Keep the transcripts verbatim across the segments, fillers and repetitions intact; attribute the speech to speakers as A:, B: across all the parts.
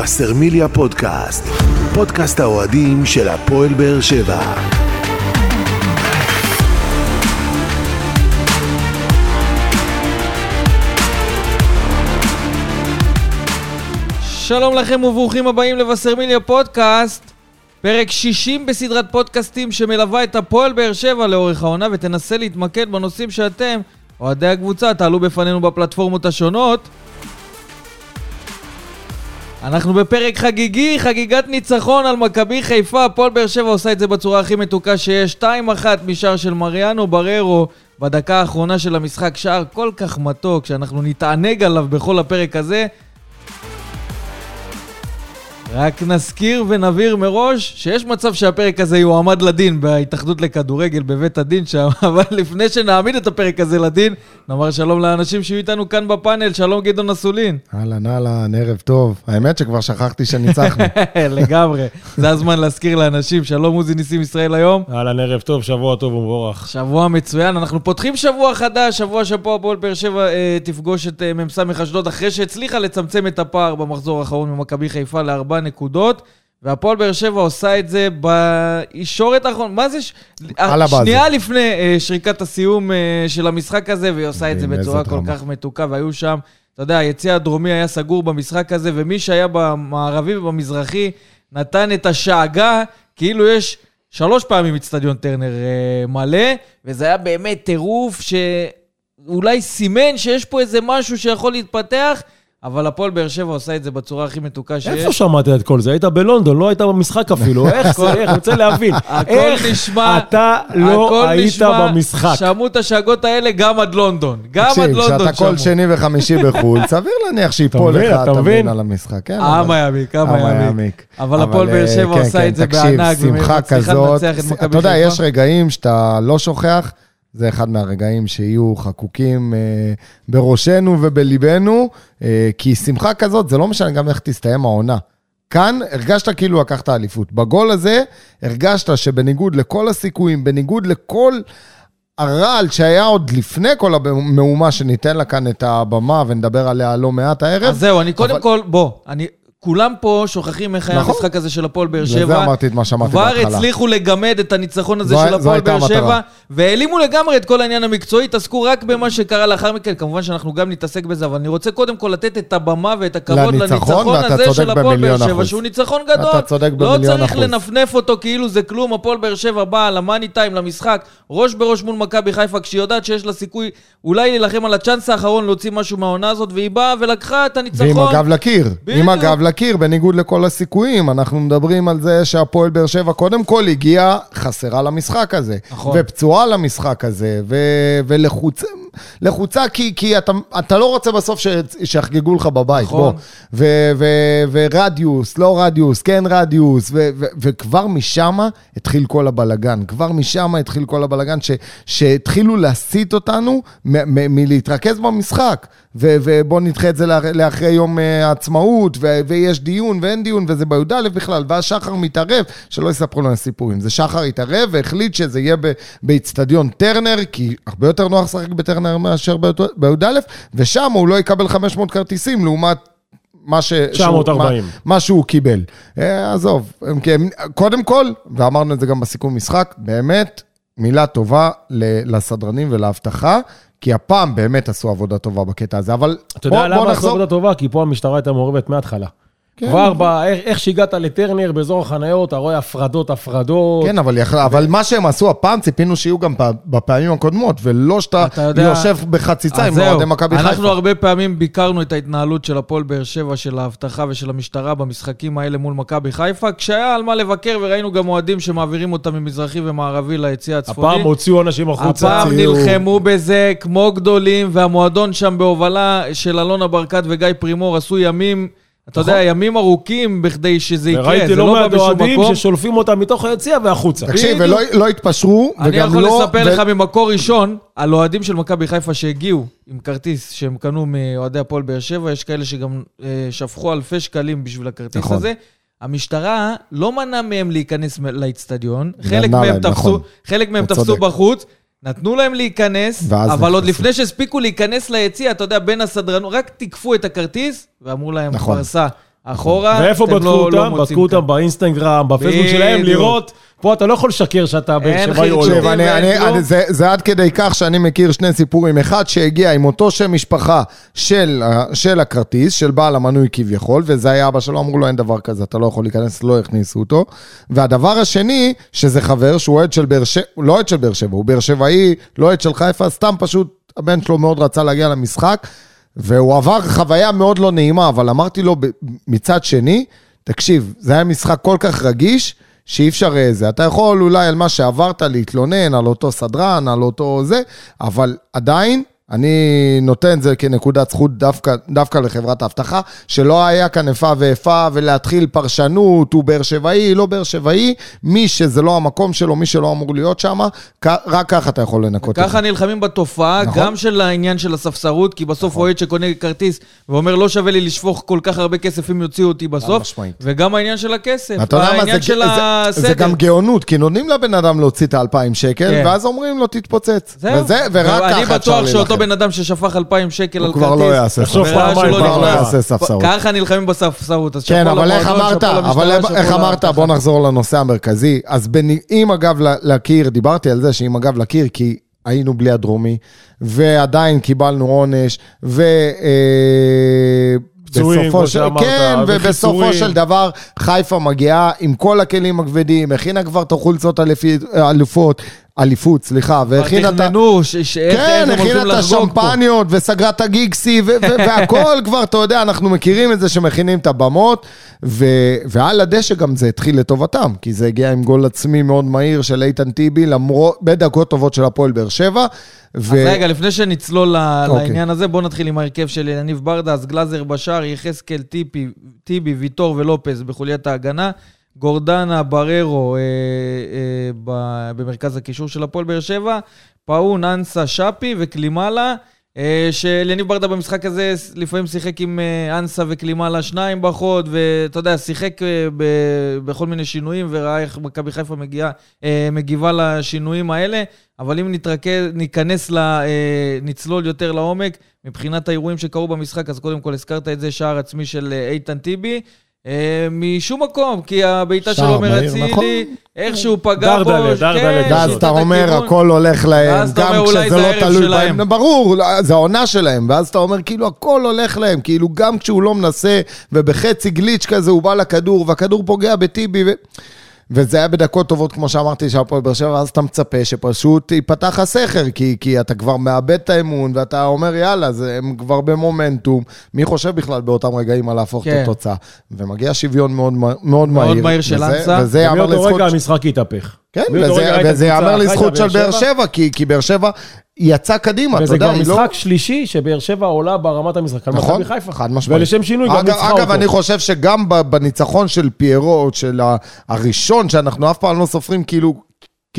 A: וסרמיליה פודקאסט, פודקאסט האוהדים של הפועל באר שבע.
B: שלום לכם וברוכים הבאים לווסרמיליה פודקאסט, פרק שישים בסדרת פודקאסטים שמלווה את הפועל באר שבע לאורך העונה ותנסה להתמקד בנושאים שאתם, אוהדי הקבוצה, תעלו בפנינו בפלטפורמות השונות. אנחנו בפרק חגיגי, חגיגת ניצחון על מכבי חיפה. הפועל באר שבע עושה את זה בצורה הכי מתוקה שיש, שתיים אחת משער של מריאנו בררו בדקה האחרונה של המשחק, שער כל כך מתוק שאנחנו נתענג עליו בכל הפרק הזה. רק נזכיר ונבהיר מראש שיש מצב שהפרק הזה יועמד לדין בהתאחדות לכדורגל בבית הדין שם, אבל לפני שנעמיד את הפרק הזה לדין, נאמר שלום לאנשים שיהיו איתנו כאן בפאנל. שלום גדעון אסולין.
C: אהלן אהלן, ערב טוב. האמת שכבר שכחתי שניצחנו.
B: לגמרי, זה הזמן להזכיר לאנשים. שלום עוזי ניסים ישראל היום.
D: אהלן ערב טוב, שבוע טוב ומבורך.
B: שבוע מצוין, אנחנו פותחים שבוע חדש, שבוע שפה הפועל באר שבע אה, תפגוש את אה, מ"ס אשדוד אחרי שהצליחה לצמצם את הפער במחזור האחרון ממכבי חיפה לארבע נקודות, והפועל באר שבע עושה את זה בישורת האחרון, מה זה? ש... שנייה לפני אה, שריקת הסיום אה, של המשחק הזה, והיא עושה את זה בצורה כל כך מתוקה, והיו שם, אתה יודע, היציע הדרומי היה סגור במשחק הזה, ומי שהיה במערבי ובמזרחי נתן את השאגה, כאילו יש שלוש פעמים אצטדיון טרנר אה, מלא, וזה היה באמת טירוף שאולי סימן שיש פה איזה משהו שיכול להתפתח, אבל הפועל באר שבע עושה את זה בצורה הכי מתוקה שיש.
D: איפה שמעת את כל זה? היית בלונדון, לא היית במשחק אפילו. איך זה? איך? אני רוצה להבין. איך אתה לא היית במשחק?
B: שמעו את השאגות האלה גם עד לונדון. גם עד לונדון שמעו.
C: כשאתה כל שני וחמישי בחול, סביר להניח שיפול לך, אתה מבין על המשחק.
B: עם הימיק, עם הימיק. אבל הפועל באר שבע עושה את זה בענק.
C: שמחה כזאת. אתה יודע, יש רגעים שאתה לא שוכח, זה אחד מהרגעים שיהיו חקוקים אה, בראשנו ובליבנו, אה, כי שמחה כזאת, זה לא משנה גם איך תסתיים העונה. כאן הרגשת כאילו לקחת אליפות. בגול הזה הרגשת שבניגוד לכל הסיכויים, בניגוד לכל הרעל שהיה עוד לפני כל המאומה שניתן לה כאן את הבמה ונדבר עליה לא מעט הערב.
B: אז זהו, אני קודם אבל... כל, בוא, אני... כולם פה שוכחים איך היה המשחק הזה של הפועל באר שבע.
C: לזה אמרתי את מה שאמרתי בהתחלה.
B: כבר הצליחו לגמד את הניצחון הזה של הפועל באר שבע, והעלימו לגמרי את כל העניין המקצועי, תעסקו רק במה שקרה לאחר מכן, כמובן שאנחנו גם נתעסק בזה, אבל אני רוצה קודם כל לתת את הבמה ואת הכבוד לניצחון הזה של הפועל באר שבע, שהוא ניצחון גדול. לא צריך לנפנף אותו כאילו זה כלום. הפועל באר שבע באה למאני טיים, למשחק, ראש בראש מול מכבי חיפה, כשהיא יודעת שיש לה סיכוי אולי להילחם על הצ'אנס האחרון להוציא משהו מהעונה הזאת, והיא באה ולקחה את הניצחון. ועם הגב לקיר, עם הגב לקיר,
C: בניגוד לכל הסיכויים, אנחנו מדברים על זה שהפועל באר שבע קודם כל הגיעה חסרה למשחק הזה, נכון. ופצועה למשחק הזה, ו- ולחוצה, לחוצה כי, כי אתה, אתה לא רוצה בסוף ש- שיחגגו לך בבית, נכון. בוא, ו- ו- ורדיוס, לא רדיוס, כן רדיוס, ו- ו- וכבר משם התחיל כל הבלגן, כבר משם התחיל כל הבלגן, ש- שהתחילו להסיט אותנו מ- מ- מלהתרכז במשחק, ו- ובוא נדחה את זה לאחרי יום העצמאות, ו- ויש דיון ואין דיון, וזה בי"א בכלל, והשחר מתערב, שלא יספרו לנו סיפורים, זה שחר התערב והחליט שזה יהיה באצטדיון טרנר, כי הרבה יותר נוח לשחק בטרנר מאשר בי"א, ושם הוא לא יקבל חמש מאות כרטיסים, לעומת מה ש...
D: תשע מאות וארבעים.
C: מה, מה שהוא קיבל. עזוב, קודם כל, ואמרנו את זה גם בסיכום משחק, באמת מילה טובה לסדרנים ולהבטחה, כי הפעם באמת עשו עבודה טובה בקטע הזה, אבל
D: אתה יודע למה עשו עבודה טובה? כי פה המשטרה הייתה מעורבת מההתחלה. כבר ב... איך שהגעת לטרנר באזור החניות, אתה רואה הפרדות, הפרדות.
C: כן, אבל, יח... אבל מה שהם עשו הפעם, ציפינו שיהיו גם בפעמים הקודמות, ולא שאתה יודע... יושב בחציצה עם אוהדי מכבי חיפה.
B: אנחנו הרבה פעמים ביקרנו את ההתנהלות של הפועל באר שבע, של ההבטחה ושל המשטרה במשחקים האלה מול מכבי חיפה, כשהיה על מה לבקר, וראינו גם אוהדים שמעבירים אותם ממזרחי ומערבי ליציע הצפוני.
D: הפעם הוציאו אנשים החוצה.
B: הפעם נלחמו בזה כמו גדולים, והמועדון שם בהובלה של אלונה ברקת וגיא פרימור עשו ימים אתה יודע, ימים ארוכים בכדי שזה יקרה.
D: וראיתי לא מעט אוהדים ששולפים אותם מתוך היציע והחוצה.
C: תקשיב, ולא התפשרו,
B: אני יכול לספר לך ממקור ראשון, על אוהדים של מכבי חיפה שהגיעו עם כרטיס שהם קנו מאוהדי הפועל באר שבע, יש כאלה שגם שפכו אלפי שקלים בשביל הכרטיס הזה. המשטרה לא מנע מהם להיכנס לאצטדיון, חלק מהם תפסו בחוץ, נתנו להם להיכנס, אבל עוד לפני שהספיקו להיכנס ליציע, אתה יודע, בין הסדרנות, רק תקפו את הכרטיס, ואמרו להם, פרסה, אחורה,
D: ואיפה בדקו אותם? בדקו אותם באינסטגרם, בפייסבוק שלהם, לראות, פה אתה לא יכול לשקר שאתה באר שבעי עולה.
C: זה עד כדי כך שאני מכיר שני סיפורים. אחד שהגיע עם אותו שם משפחה של הכרטיס, של בעל המנוי כביכול, וזה היה אבא שלו, אמרו לו אין דבר כזה, אתה לא יכול להיכנס, לא הכניסו אותו. והדבר השני, שזה חבר, שהוא עד של באר שבע, לא עד של באר שבע, הוא באר שבעי, לא עד של חיפה, סתם פשוט הבן שלו מאוד רצה להגיע למשחק, והוא עבר חוויה מאוד לא נעימה, אבל אמרתי לו מצד שני, תקשיב, זה היה משחק כל כך רגיש, שאי אפשר איזה, אתה יכול אולי על מה שעברת להתלונן, על אותו סדרן, על אותו זה, אבל עדיין, אני נותן זה כנקודת זכות דווקא, דווקא לחברת ההבטחה, שלא היה כאן איפה ואיפה, ולהתחיל פרשנות, הוא באר שבעי, לא באר שבעי, מי שזה לא המקום שלו, מי שלא אמור להיות שם, רק ככה אתה יכול לנקות את זה.
B: ככה נלחמים בתופעה, נכון? גם של העניין של הספסרות, כי בסוף נכון. אוהד שקונה כרטיס, ואומר לא שווה לי לשפוך כל כך הרבה כסף אם יוציאו אותי בסוף, וגם העניין של הכסף, העניין של הסדר.
C: זה גם גאונות, כי נותנים לבן אדם להוציא את האלפיים שקל, כן. ואז אומרים לו תתפוצץ. וזה, ורק ככה אפשר להילחם. בן אדם ששפך אלפיים שקל על כרטיס. הוא כבר לא יעשה ספסרות.
B: ככה נלחמים בספסרות.
C: כן, אבל איך אמרת, אבל איך אמרת, בוא נחזור לנושא המרכזי. אז אם אגב להכיר, דיברתי על זה שאם אגב להכיר, כי היינו בלי הדרומי, ועדיין קיבלנו עונש, ו... בסופו של, כן, ובסופו של דבר חיפה מגיעה עם כל הכלים הכבדים, הכינה כבר את החולצות אלופות, אליפות, סליחה, והכינה את כן, הכינה את השמפניות, וסגרה את הגיגסי, והכל כבר, אתה יודע, אנחנו מכירים את זה שמכינים את הבמות, ועל הדשא גם זה התחיל לטובתם, כי זה הגיע עם גול עצמי מאוד מהיר של איתן טיבי, בדקות טובות של הפועל באר שבע.
B: אז רגע, לפני שנצלול לעניין הזה, בואו נתחיל עם ההרכב של יניב ברדה, אז גלאזר בשער, יחזקאל, טיבי, ויטור ולופס בחוליית ההגנה, גורדנה, בררו אה, אה, במרכז הקישור של הפועל באר שבע, פאון, אנסה, שפי וקלימלה, אה, של יניב ברדה במשחק הזה לפעמים שיחק עם אה, אנסה וקלימלה שניים בחוד, ואתה יודע, שיחק אה, ב, בכל מיני שינויים, וראה איך מכבי חיפה מגיעה, אה, מגיבה לשינויים האלה, אבל אם נתרכז, ניכנס, לה, אה, נצלול יותר לעומק, מבחינת האירועים שקרו במשחק, אז קודם כל הזכרת את זה, שער עצמי של אה, איתן טיבי, משום מקום, כי הביתה של עומר אצילי, איכשהו פגע בו,
C: ואז אתה אומר, הכל הולך להם, גם כשזה לא תלוי בהם, ברור, זה העונה שלהם, ואז אתה אומר, כאילו, הכל הולך להם, כאילו, גם כשהוא לא מנסה, ובחצי גליץ' כזה, הוא בא לכדור, והכדור פוגע בטיבי, וזה היה בדקות טובות, כמו שאמרתי, שהפועל באר שבע, אז אתה מצפה שפשוט ייפתח הסכר, כי, כי אתה כבר מאבד את האמון, ואתה אומר, יאללה, זה, הם כבר במומנטום. מי חושב בכלל באותם רגעים על להפוך כן. את התוצאה? ומגיע שוויון מאוד, מאוד, מאוד מהיר.
B: מאוד מהיר של אנסה.
C: וזה יאמר לזכות...
D: רגע המשחק יתהפך.
C: כן, וזה, וזה יאמר לזכות של באר שבע, כי, כי באר שבע יצא קדימה,
D: וזה כבר משחק שלישי שבאר שבע עולה ברמת המשחק,
C: נכון, חד משמעית.
D: ולשם שינוי גם ניצחה אותו.
C: אגב, אני חושב שגם בניצחון של פיירו, של הראשון, שאנחנו אף פעם לא סופרים כאילו,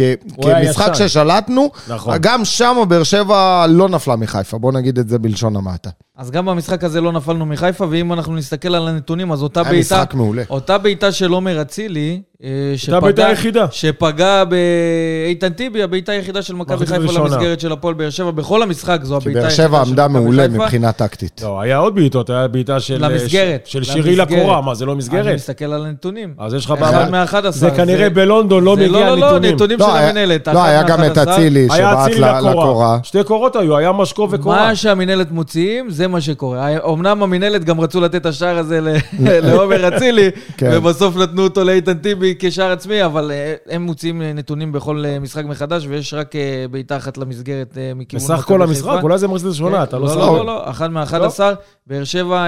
C: כמשחק ששלטנו, גם שם באר שבע לא נפלה מחיפה, בוא נגיד את זה בלשון המעטה.
B: אז גם במשחק הזה לא נפלנו מחיפה, ואם אנחנו נסתכל על הנתונים, אז אותה בעיטה, אותה בעיטה של עומר אצילי,
D: שפגע,
B: שפגע באיתן טיבי, הבעיטה היחידה של מכבי חיפה למסגרת של הפועל באר שבע, בכל המשחק זו הבעיטה
C: היחידה של מכבי חיפה. כי באר שבע עמדה מעולה מבחינה טקטית.
D: לא, היה עוד בעיטות, היה בעיטה של שירי לקורה, מה, זה לא מסגרת?
B: אני מסתכל על הנתונים.
D: אז יש לך
B: אחד מאחד עשר.
D: זה כנראה בלונדון לא מגיע נתונים.
B: לא, לא, נתונים של המנהלת.
C: לא, היה גם את אצילי שבאת לקורה.
D: שתי קורות היו, היה משקו וקורה.
B: מה שהמנהלת מוציאים, זה מה שקורה. אמנם המנהלת גם רצו לתת את השער הזה לעומר אצילי, ובסוף נתנו אותו לאיתן טיבי כשער עצמי, אבל הם מוציאים נתונים בכל משחק מחדש, ויש רק בעיטה אחת למסגרת מכיוון.
D: בסך כל המשחק, אולי זה מחזיר שונה, אתה לא
B: סתם. לא, לא, לא, אחד מאחד עשר, באר שבע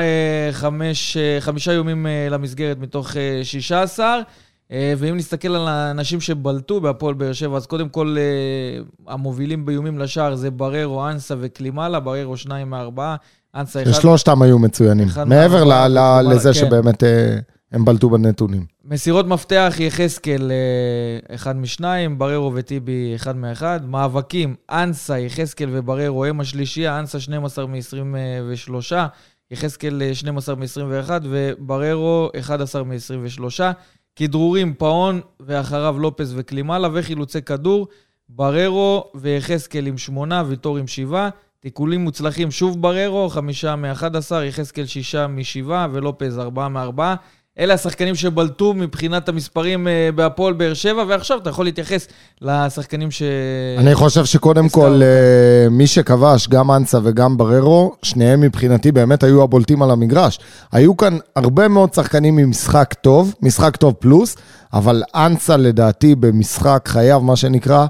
B: חמישה יומים למסגרת מתוך שישה עשר, ואם נסתכל על האנשים שבלטו בהפועל באר שבע, אז קודם כל המובילים באיומים לשער זה בררו, אנסה וקלימלה, בררו שניים מארבעה, אנסה אחד.
C: שלושתם היו מצוינים, מעבר לזה שבאמת הם בלטו בנתונים.
B: מסירות מפתח יחזקאל אחד משניים, בררו וטיבי אחד מאחד, מאבקים, אנסה, יחזקאל ובררו הם השלישייה, אנסה שנים עשר מ-עשרים ושלוש, יחזקאל שנים עשר מ-עשרים ואחת, ובררו אחד עשר מ-עשרים ושלוש, כדרורים, פאון ואחריו לופס וקלימלה, וחילוצי כדור, בררו ויחזקאל עם שמונה, ויטור עם שבעה, תיקולים מוצלחים, שוב בררו, חמישה מ-אחד עשר, יחזקאל שישה משבעה, ולופז ארבעה מארבעה. אלה השחקנים שבלטו מבחינת המספרים בהפועל באר שבע, ועכשיו אתה יכול להתייחס לשחקנים ש...
C: אני חושב שקודם כל, מי שכבש, גם אנסה וגם בררו, שניהם מבחינתי באמת היו הבולטים על המגרש. היו כאן הרבה מאוד שחקנים עם משחק טוב, משחק טוב פלוס, אבל אנסה לדעתי במשחק חייב, מה שנקרא,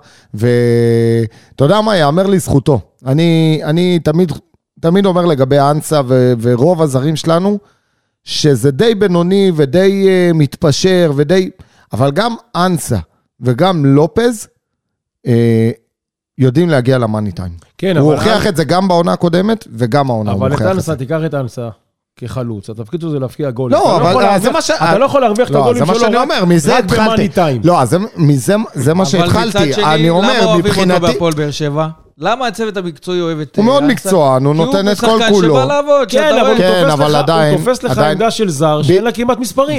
C: ואתה יודע מה, יאמר לי זכותו. אני, אני תמיד, תמיד אומר לגבי אנסה ו... ורוב הזרים שלנו, שזה די בינוני ודי uh, מתפשר ודי, אבל גם אנסה וגם לופז uh, יודעים להגיע למאני טיים. כן, הוא הוכיח את זה גם בעונה הקודמת וגם העונה.
D: אבל את אנסה, תיקח את אנסה כחלוץ, התפקיד זה להפקיע גולים.
C: לא, אבל זה מה ש...
D: אתה לא יכול להרוויח את הגולים שלו
C: רק במאני טיים. לא, זה מה שהתחלתי. אני אומר, מבחינתי...
B: למה אוהבים אותו בהפועל באר שבע? למה הצוות המקצועי אוהב את...
C: הוא מאוד מקצוען, הוא נותן את כל כולו.
B: כי הוא שחקן שבא לעבוד,
C: כן, אבל עדיין...
D: הוא תופס לך עמדה של זר, שאין לה כמעט מספרים.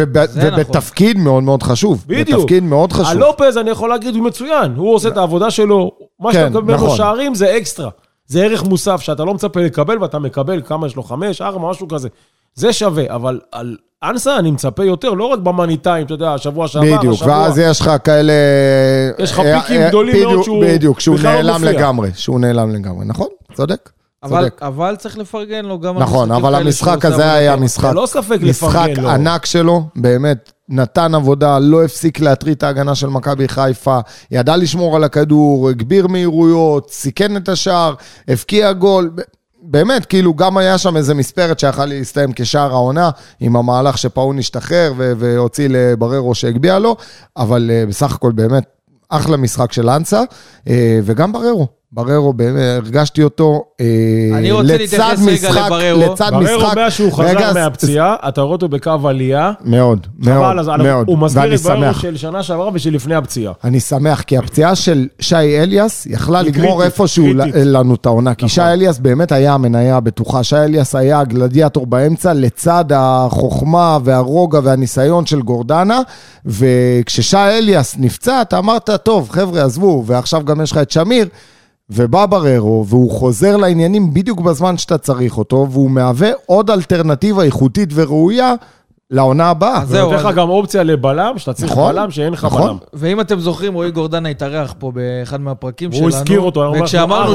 C: ובתפקיד מאוד מאוד חשוב.
D: בדיוק.
C: בתפקיד מאוד חשוב.
D: הלופז, אני יכול להגיד, הוא מצוין. הוא עושה את העבודה שלו. מה שאתה מקבל לו שערים זה אקסטרה. זה ערך מוסף שאתה לא מצפה לקבל, ואתה מקבל כמה יש לו, חמש, ארבע, משהו כזה. זה שווה, אבל על אנסה אני מצפה יותר, לא רק במאני טיים, אתה יודע, השבוע שעבר,
C: בדיוק, ואז יש לך כאלה...
D: יש לך פיקים גדולים מאוד שהוא...
C: בדיוק, שהוא נעלם לגמרי, שהוא נעלם לגמרי, נכון? צודק? צודק.
B: אבל צריך לפרגן לו גם...
C: נכון, אבל המשחק הזה היה משחק...
D: לא ספק לפרגן לו.
C: משחק ענק שלו, באמת, נתן עבודה, לא הפסיק להטריד את ההגנה של מכבי חיפה, ידע לשמור על הכדור, הגביר מהירויות, סיכן את השער, הפקיע גול... באמת, כאילו גם היה שם איזה מספרת שיכל להסתיים כשער העונה, עם המהלך שפאון השתחרר והוציא לבררו שהגביע לו, אבל בסך הכל באמת אחלה משחק של אנסה, וגם בררו. בררו, הרגשתי אותו
B: אני רוצה להתייחס רגע לבררו.
C: לצד
D: בררו
C: משחק.
D: אומר שהוא חזר מהפציעה, אתה רואה אותו בקו עלייה.
C: מאוד, מאוד, מאוד.
D: הוא מסביר את בררו של שנה שעברה ושל לפני הפציעה.
C: אני שמח, כי הפציעה של שי אליאס יכלה לגמור איפשהו לנו את העונה, כי שי אליאס באמת היה המניה הבטוחה. שי אליאס היה הגלדיאטור באמצע, לצד החוכמה והרוגע והניסיון של גורדנה, וכששי אליאס נפצע, אתה אמרת, טוב, חבר'ה, עזבו, ועכשיו גם יש לך את שמיר, ובא בררו, והוא חוזר לעניינים בדיוק בזמן שאתה צריך אותו, והוא מהווה עוד אלטרנטיבה איכותית וראויה לעונה הבאה.
D: זה נותן לך גם אופציה לבלם, שאתה צריך בלם שאין לך בלם.
B: ואם אתם זוכרים, רועי גורדנה התארח פה באחד מהפרקים שלנו.
D: הוא הזכיר אותו.
B: וכשאמרנו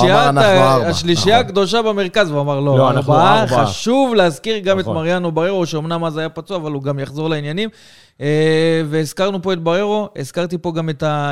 B: השלישייה הקדושה במרכז, הוא אמר לא, ארבעה, חשוב להזכיר גם את מריאנו בררו, שאומנם אז היה פצוע, אבל הוא גם יחזור לעניינים. והזכרנו פה את בררו, הזכרתי פה גם את ה...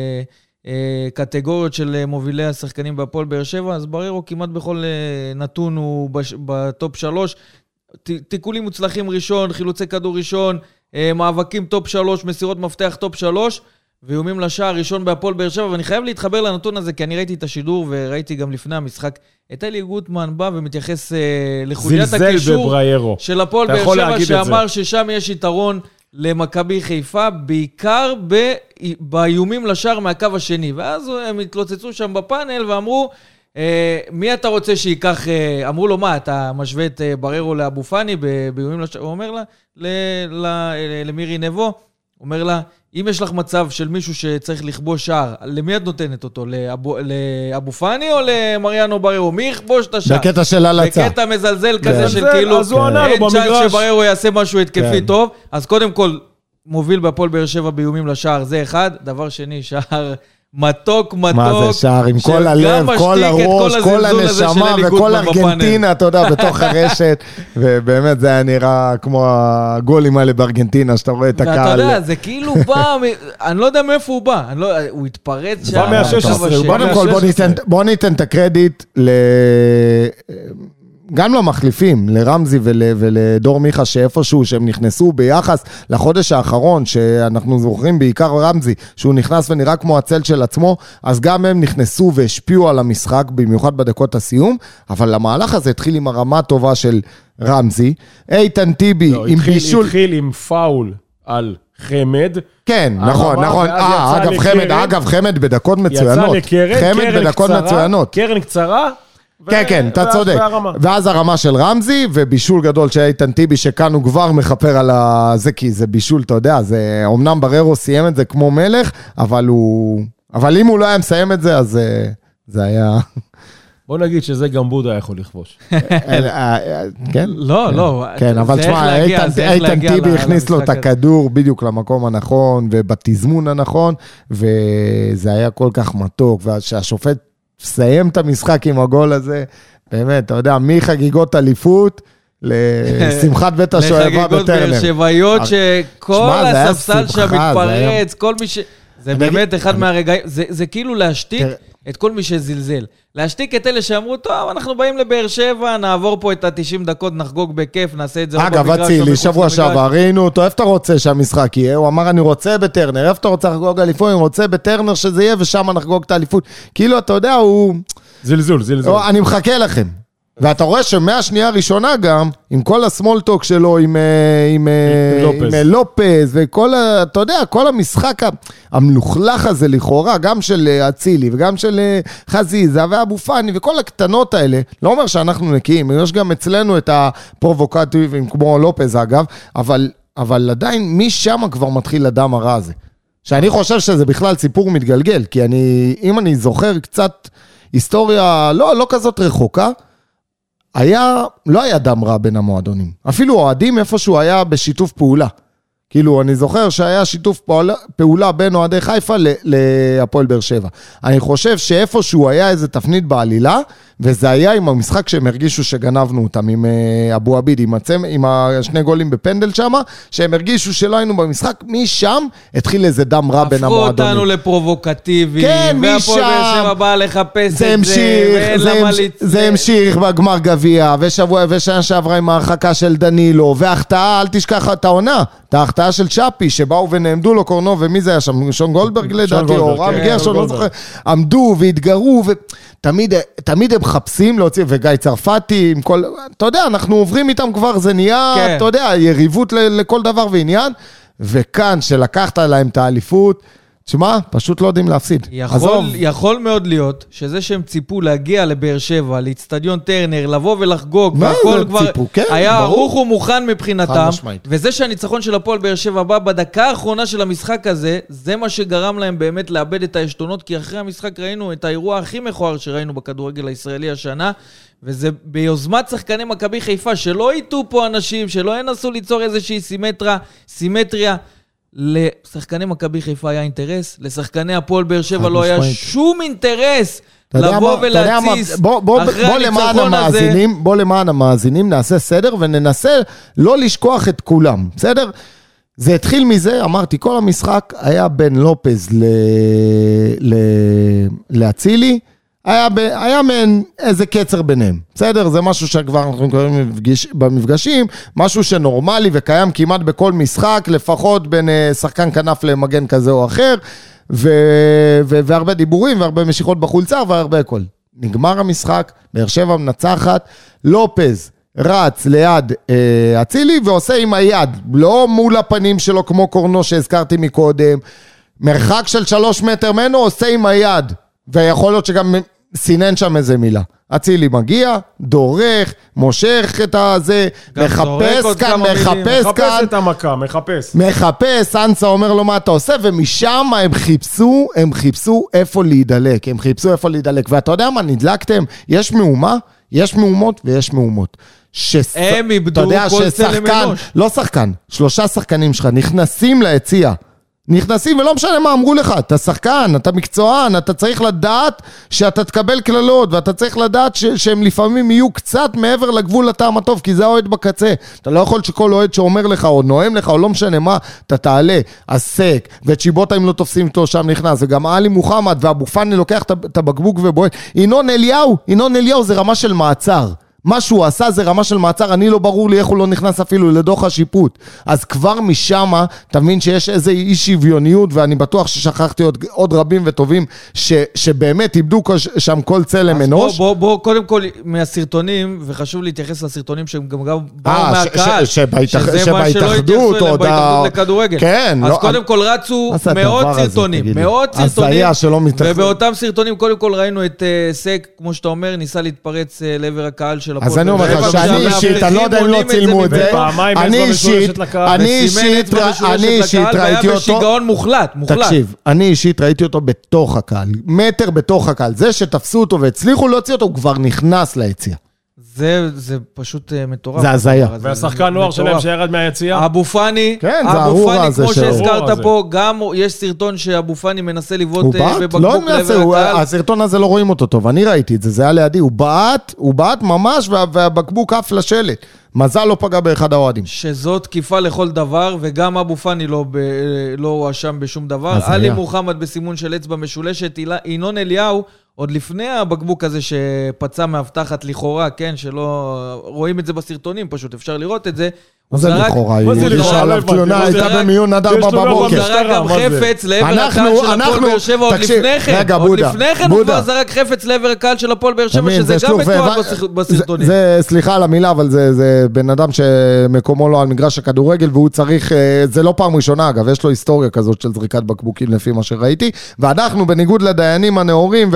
B: קטגוריות של מובילי השחקנים בהפועל באר שבע, אז בררו כמעט בכל נתון הוא בטופ שלוש, תיקולים מוצלחים ראשון, חילוצי כדור ראשון, מאבקים טופ שלוש, מסירות מפתח טופ שלוש, ואיומים לשער ראשון בהפועל באר שבע, ואני חייב להתחבר לנתון הזה, כי אני ראיתי את השידור וראיתי גם לפני המשחק, את אלי גוטמן בא ומתייחס לחוליית הקישור של הפועל באר שבע, שאמר ששם יש יתרון למכבי חיפה, בעיקר ב... באיומים לשער מהקו השני, ואז הם התלוצצו שם בפאנל ואמרו, מי אתה רוצה שיקח, אמרו לו מה, אתה משווה את בררו לאבו פאני באיומים לשער, הוא אומר לה, ל... ל... למירי נבו, אומר לה, אם יש לך מצב של מישהו שצריך לכבוש שער, למי את נותנת אותו? לאבו, לאבו פאני או למריאנו בררו? מי יכבוש את השער?
C: בקטע של הלצה.
B: בקטע מזלזל כזה של כאילו, אין צ'אנס שבררו יעשה משהו התקפי טוב, אז קודם כל, מוביל בהפועל באר שבע באיומים לשער, זה אחד. דבר שני, שער מתוק, מתוק.
C: מה זה שער? עם כל הלב, כל הראש, כל הנשמה וכל ארגנטינה, אתה יודע, בתוך הרשת. ובאמת זה היה נראה כמו הגולים האלה בארגנטינה, שאתה רואה את הקהל.
B: ואתה יודע, זה כאילו בא, אני לא יודע מאיפה הוא בא. הוא התפרץ שם.
C: קודם כל, בוא ניתן את הקרדיט ל... גם למחליפים, לרמזי ול, ולדור מיכה, שאיפשהו שהם נכנסו ביחס לחודש האחרון, שאנחנו זוכרים בעיקר רמזי, שהוא נכנס ונראה כמו הצל של עצמו, אז גם הם נכנסו והשפיעו על המשחק, במיוחד בדקות הסיום, אבל המהלך הזה התחיל עם הרמה טובה של רמזי, איתן טיבי
D: לא,
C: עם
D: התחיל,
C: בישול...
D: התחיל עם פאול על חמד.
C: כן, נכון, נכון. אה, אגב, חמד, אגב, חמד בדקות מצוינות.
D: יצא לקרן,
C: חמד
D: קרן
C: בדקות
D: קצרה,
C: מצוינות.
D: קרן קצרה,
C: כן, כן, אתה צודק. ואז הרמה של רמזי, ובישול גדול של איתן טיבי, שכאן הוא כבר מחפר על זה, כי זה בישול, אתה יודע, זה, אומנם בררו סיים את זה כמו מלך, אבל הוא, אבל אם הוא לא היה מסיים את זה, אז זה היה,
D: בוא נגיד שזה גם בודה יכול לכבוש.
C: כן?
B: לא, לא.
C: כן, אבל תשמע, איתן טיבי הכניס לו את הכדור בדיוק למקום הנכון, ובתזמון הנכון, וזה היה כל כך מתוק, והשופט סיים את המשחק עם הגול הזה, באמת, אתה יודע, מחגיגות אליפות, לשמחת בית השואבה בטרנר.
B: לחגיגות באר שבעיות שכל הספסל שם מתפרץ, כל מי ש... זה באמת אחד מהרגעים, זה כאילו להשתיק את כל מי שזלזל. להשתיק את אלה שאמרו, טוב, אנחנו באים לבאר שבע, נעבור פה את ה-תשעים דקות, נחגוג בכיף, נעשה את זה.
C: אגב, אצילי, שבוע שעבר, ראינו אותו, איפה אתה רוצה שהמשחק יהיה? הוא אמר, אני רוצה בטרנר, איפה אתה רוצה לחגוג אליפות? אני רוצה בטרנר שזה יהיה, ושם נחגוג את האליפות. כאילו, אתה יודע, הוא...
D: זלזול, זלזול.
C: אני מחכה לכם. ואתה רואה שמהשנייה הראשונה גם, עם כל הסמולטוק שלו, עם, עם, עם, עם לופז, וכל, אתה יודע, כל המשחק המלוכלך הזה לכאורה, גם של אצילי, וגם של חזיזה, ואבו פני, וכל הקטנות האלה, לא אומר שאנחנו נקיים, יש גם אצלנו את הפרובוקטיבים, כמו לופז אגב, אבל, אבל עדיין משם כבר מתחיל הדם הרע הזה. שאני חושב שזה בכלל סיפור מתגלגל, כי אני, אם אני זוכר קצת היסטוריה לא, לא כזאת רחוקה, היה, לא היה דם רע בין המועדונים. אפילו אוהדים איפשהו היה בשיתוף פעולה. כאילו, אני זוכר שהיה שיתוף פעולה, פעולה בין אוהדי חיפה להפועל באר שבע. אני חושב שאיפשהו היה איזה תפנית בעלילה, וזה היה עם המשחק שהם הרגישו שגנבנו אותם, עם אבו עביד, עם, הצמ, עם השני גולים בפנדל שם, שהם הרגישו שלא היינו במשחק, משם התחיל איזה דם רע בין המועדונים.
B: הפכו אותנו לפרובוקטיבי,
C: כן,
B: והפועל באר שבע בא לחפש
C: זה
B: את
C: המשיך,
B: זה, ואין
C: זה,
B: למה
C: המש,
B: לצלם.
C: זה המשיך בגמר גביע, ושבוע ושנה שעברה עם ההרחקה של דנילו, וההחטאה, אל תשכח את העונה, את ההחטאה של צ'אפי, שבאו ונעמדו לו קורנו, ומי זה היה שם? שון גולדברג לדעתי, או רם גרשון, לא זוכר, עמדו והתגרו, ותמיד תמיד הם מחפשים להוציא, וגיא צרפתי, עם כל, אתה יודע, אנחנו עוברים איתם כבר, זה נהיה, כן. אתה יודע, יריבות לכל דבר ועניין, וכאן שלקחת להם את האליפות, תשמע, פשוט לא יודעים להפסיד.
B: יכול, יכול מאוד להיות שזה שהם ציפו להגיע לבאר שבע, לאצטדיון טרנר, לבוא ולחגוג, והכל כבר ציפו, כן, היה ערוך ומוכן מבחינתם, וזה שהניצחון של הפועל באר שבע בא בדקה האחרונה של המשחק הזה, זה מה שגרם להם באמת לאבד את העשתונות, כי אחרי המשחק ראינו את האירוע הכי מכוער שראינו בכדורגל הישראלי השנה, וזה ביוזמת שחקני מכבי חיפה, שלא ייתו פה אנשים, שלא ינסו ליצור איזושהי סימטריה, סימטריה, לשחקני מכבי חיפה היה אינטרס, לשחקני הפועל באר שבע לא היה שום אינטרס לבוא ולהציס אחרי הניצחון הזה.
C: בוא למען המאזינים נעשה סדר וננסה לא לשכוח את כולם, בסדר? זה התחיל מזה, אמרתי, כל המשחק היה בין לופז לאצילי, היה, ב, היה מן איזה קצר ביניהם, בסדר? זה משהו שכבר אנחנו קוראים במפגש, במפגשים, משהו שנורמלי וקיים כמעט בכל משחק, לפחות בין שחקן כנף למגן כזה או אחר, ו, ו, והרבה דיבורים והרבה משיכות בחולצה והרבה הכל. נגמר המשחק, באר שבע מנצחת, לופז רץ ליד אה, אצילי ועושה עם היד, לא מול הפנים שלו כמו קורנו שהזכרתי מקודם, מרחק של שלוש מטר ממנו עושה עם היד, ויכול להיות שגם סינן שם איזה מילה. אצילי מגיע, דורך, מושך את הזה, מחפש כאן, מחפש כאן.
D: מחפש את המכה, מחפש.
C: מחפש, אנסה אומר לו מה אתה עושה, ומשם הם חיפשו, הם חיפשו איפה להידלק, הם חיפשו איפה להידלק. ואתה יודע מה, נדלקתם? יש מהומה, יש מהומות ויש מהומות.
B: שס... הם איבדו כל צלם אנוש.
C: לא שחקן, שלושה שחקנים שלך נכנסים ליציאה, נכנסים ולא משנה מה אמרו לך, אתה שחקן, אתה מקצוען, אתה צריך לדעת שאתה תקבל כללות, ואתה צריך לדעת ש- שהם לפעמים יהיו קצת מעבר לגבול הטעם הטוב, כי זה האוהד בקצה. אתה לא יכול שכל אוהד שאומר לך, או נועם לך, או לא משנה מה, אתה תעלה, הסק, וצ'יבוטה אם לא תופסים אותו שם נכנס, וגם אלי מוחמד, ואבו פני לוקח את הבקבוק ובועט. ינון אליהו, ינון אליהו זה רמה של מעצר. מה שהוא עשה זה רמה של מעצר, אני לא ברור לי איך הוא לא נכנס אפילו לדוח השיפוט. אז כבר משם, תבין שיש איזו אי שוויוניות, ואני בטוח ששכחתי עוד, עוד רבים וטובים, ש, שבאמת איבדו שם כל צלם אנוש.
B: בוא, בוא, בוא, קודם כל, מהסרטונים, וחשוב להתייחס לסרטונים שהם גם גם באו מהקהל, שזה מה שלא התייחסו אליהם בהתאחדות לכדורגל.
C: כן.
B: אז קודם כל רצו מאות סרטונים, מאות סרטונים, ובאותם סרטונים קודם כל ראינו את סק, כמו שאתה אומר, ניסה להתפרץ לעבר הקהל של של הפועל.
C: אז אני אומר לך שאני אישית, אני לא יודע אם לא צילמו את זה. אני אישית, אני אישית, אני אישית ראיתי אותו.
B: שיגעון מוחלט, מוחלט.
C: תקשיב, אני אישית ראיתי אותו בתוך הקהל, מטר בתוך הקהל. זה שתפסו אותו והצליחו להוציא אותו, הוא כבר נכנס ליציאה.
B: זה, זה פשוט מטורף.
C: זה הזיה.
D: והשחקן נוער שלהם שירד מהיציאה.
B: אבו פאני,
C: כן, זה ארורה הזה.
B: כמו שהזכרת פה, גם יש סרטון שאבו פאני מנסה לבעוט בבקבוק לעבר הקהל.
C: הסרטון הזה לא רואים אותו טוב, אני ראיתי את זה, זה היה לידי, הוא בעט, הוא בעט ממש, והבקבוק עף לשלט. מזל לא פגע באחד האוהדים.
B: שזאת תקיפה לכל דבר, וגם אבו פאני לא, ב, לא הואשם בשום דבר. עלי מוחמד בסימון של אצבע משולשת, ינון אליהו, עוד לפני הבקבוק הזה שפצע מאבטחת לכאורה, כן, שלא רואים את זה בסרטונים, פשוט אפשר לראות את זה.
C: מה זה לכאורה? היא הגישה עליו תלונה, הייתה במיון עד ארבע בבוקר.
B: הוא זרק גם חפץ לעבר הקהל של הפועל באר שבע, עוד לפני כן, עוד לפני כן הוא כבר זרק חפץ לעבר הקהל של הפועל באר שבע, שזה גם מתואר בסרטונים.
C: סליחה על המילה, אבל זה בן אדם שמקומו לו על מגרש הכדורגל, והוא צריך, זה לא פעם ראשונה אגב, יש לו היסטוריה כזאת של זריקת בקבוקים לפי מה שראיתי, ואנחנו בניגוד לדיינים הנאורים